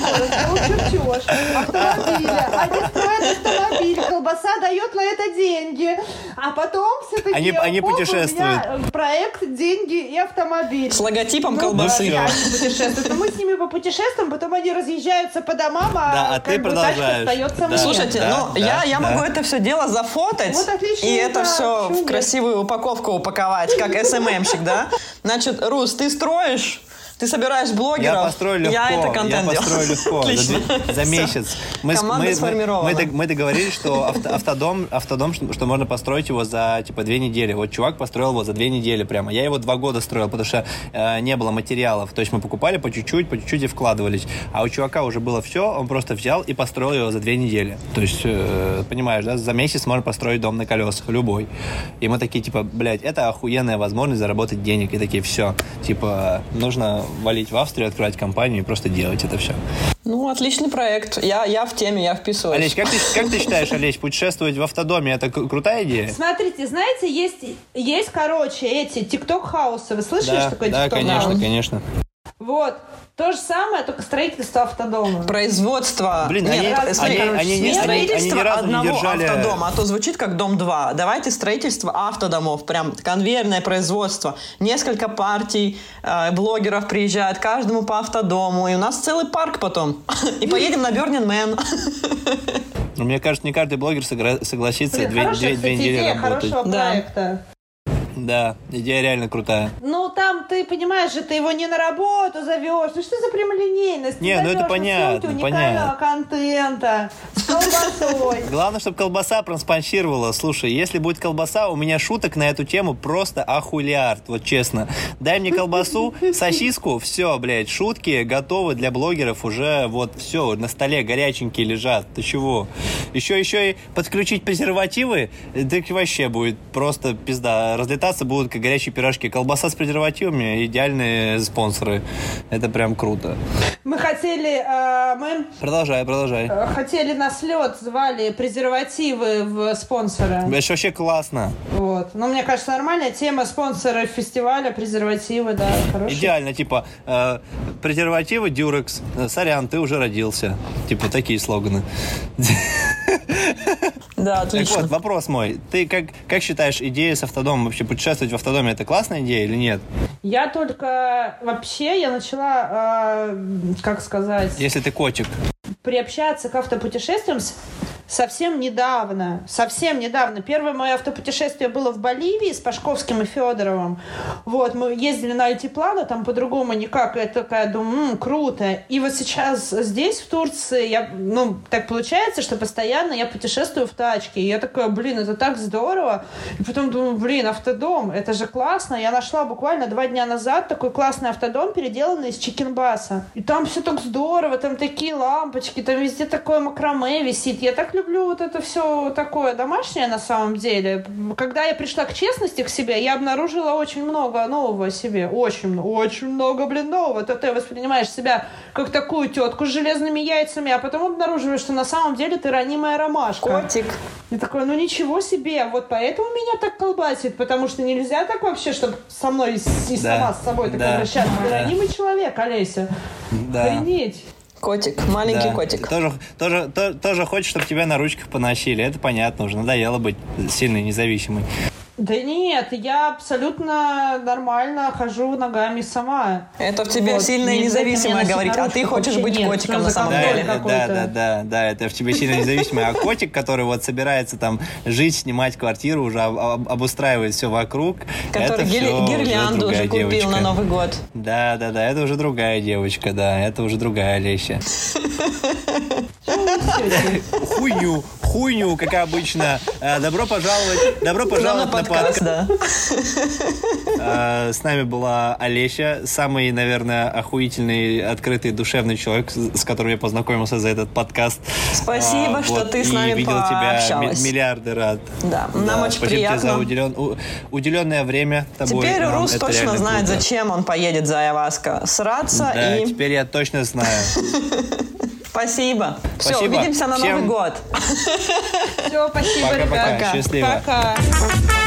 чертеж автомобиля. Они строят автомобиль, колбаса дает на это деньги. А потом все-таки... Они путешествуют. У меня проект «Деньги и автомобиль». С логотипом колбасы. Но мы с ними попутешествуем, потом они разъезжаются по домам, а ты продолжаешь. Слушайте, я могу это все дело зафотать, вот отлично, и это все в красивую упаковку упаковать, как СММщик, да? Значит, Рус, ты строишь? Ты собираешь блогеров, я построю легко, я это контент делаю. За месяц. Команда сформирована. Мы договорились, что автодом, что можно построить его за 2 недели. Вот чувак построил его за 2 недели прямо. Я его 2 года строил, потому что не было материалов. То есть мы покупали по чуть-чуть и вкладывались. А у чувака уже было все, он просто взял и построил его за 2 недели. То есть, понимаешь, да, за месяц можно построить дом на колесах, любой. И мы такие, это охуенная возможность заработать денег. И такие, все, нужно валить в Австрию, открывать компанию и просто делать это все. Ну, отличный проект. Я в теме, я вписываюсь. Олесь, как ты считаешь, Олесь, путешествовать в автодоме — это крутая идея? Смотрите, знаете, есть короче, эти тикток-хаусы. Вы слышали, что такое тикток-хаус? Да, конечно. Вот. То же самое, только строительство автодома. Производство. Блин, они строительство ни разу одного не держали... автодома, а то звучит как дом 2. Давайте строительство автодомов, прям конвейерное производство. Несколько партий блогеров приезжают, каждому по автодому, и у нас целый парк потом. И поедем на Burning Man. Ну, мне кажется, не каждый блогер согласится 2 недели работать. Хорошего проекта. Да, идея реально крутая. Ну, там, ты понимаешь же, ты его не на работу зовешь. Ну, что за прямолинейность? Не, ну это понятно, уникального контента с колбасой. Главное, чтобы колбаса проспонсировала. Слушай, если будет колбаса, у меня шуток на эту тему просто ахулиард, вот честно. Дай мне колбасу, сосиску, все, блядь, шутки готовы для блогеров уже, вот, все, на столе горяченькие лежат. Ты чего? Еще и подключить презервативы, так вообще будет просто пизда. Разлетаться будут как горячие пирожки. Колбаса с презервативами — идеальные спонсоры. Это прям круто. Мы хотели... Продолжай. Хотели на слет, звали презервативы в спонсоры. Это вообще классно. Вот. Ну, мне кажется, нормальная тема. Спонсоры фестиваля, презервативы, да, хорошие. Идеально, презервативы Durex. Сорян, ты уже родился. Такие слоганы. Да, отлично. Так вот, вопрос мой. Ты как считаешь, идея с автодомом, вообще путешествовать в автодоме — это классная идея или нет? Я начала, как сказать... Если ты котик. Приобщаться к автопутешествиям совсем недавно. Первое мое автопутешествие было в Боливии с Пашковским и Федоровым. Вот, мы ездили на альтиплано, там по-другому никак. Я такая думаю, круто. И вот сейчас здесь, в Турции, так получается, что постоянно я путешествую в тачке. И я такая, это так здорово. И потом думаю, автодом, это же классно. Я нашла буквально 2 дня назад такой классный автодом, переделанный из чикенбаса. И там все так здорово, там такие лампочки, там везде такое макраме висит. Я так люблю люблю вот это все такое домашнее на самом деле. Когда я пришла к честности к себе, я обнаружила очень много нового о себе. Очень много, нового. То ты воспринимаешь себя как такую тетку с железными яйцами, а потом обнаруживаешь, что на самом деле ты ранимая ромашка. Котик. И такой, ничего себе. Вот поэтому меня так колбасит, потому что нельзя так вообще, чтобы со мной и сама с собой так обращаться. Ты ранимый человек, Олеся. Охренеть. Котик, маленький котик. Тоже хочешь, чтобы тебя на ручках поносили. Это понятно, уже надоело быть сильной, независимой. Да нет, я абсолютно нормально хожу ногами сама. Это в тебе сильная и независимая говорить, а ты хочешь быть котиком на самом деле. Да, это в тебе сильно независимый. А котик, который вот собирается там жить, снимать квартиру, уже обустраивает все вокруг. Который гирлянду уже купил на Новый год. Да, это уже другая девочка, да, это уже другая Олеся. Хуйню, как обычно. Добро пожаловать на подкаст. Да. С нами была Олеся, самый, наверное, охуительный, открытый, душевный человек, с которым я познакомился за этот подкаст. Спасибо, что ты с нами видел пообщалась. тебя миллиарды раз. Да, нам очень приятно. Спасибо тебе за уделенное время тобой. Теперь Рус точно знает, зачем он поедет за Ayahuasca. Сраться да, и... теперь я точно знаю. Спасибо. Все, увидимся на Новый год. Все, спасибо, ребята. Счастливо. Пока.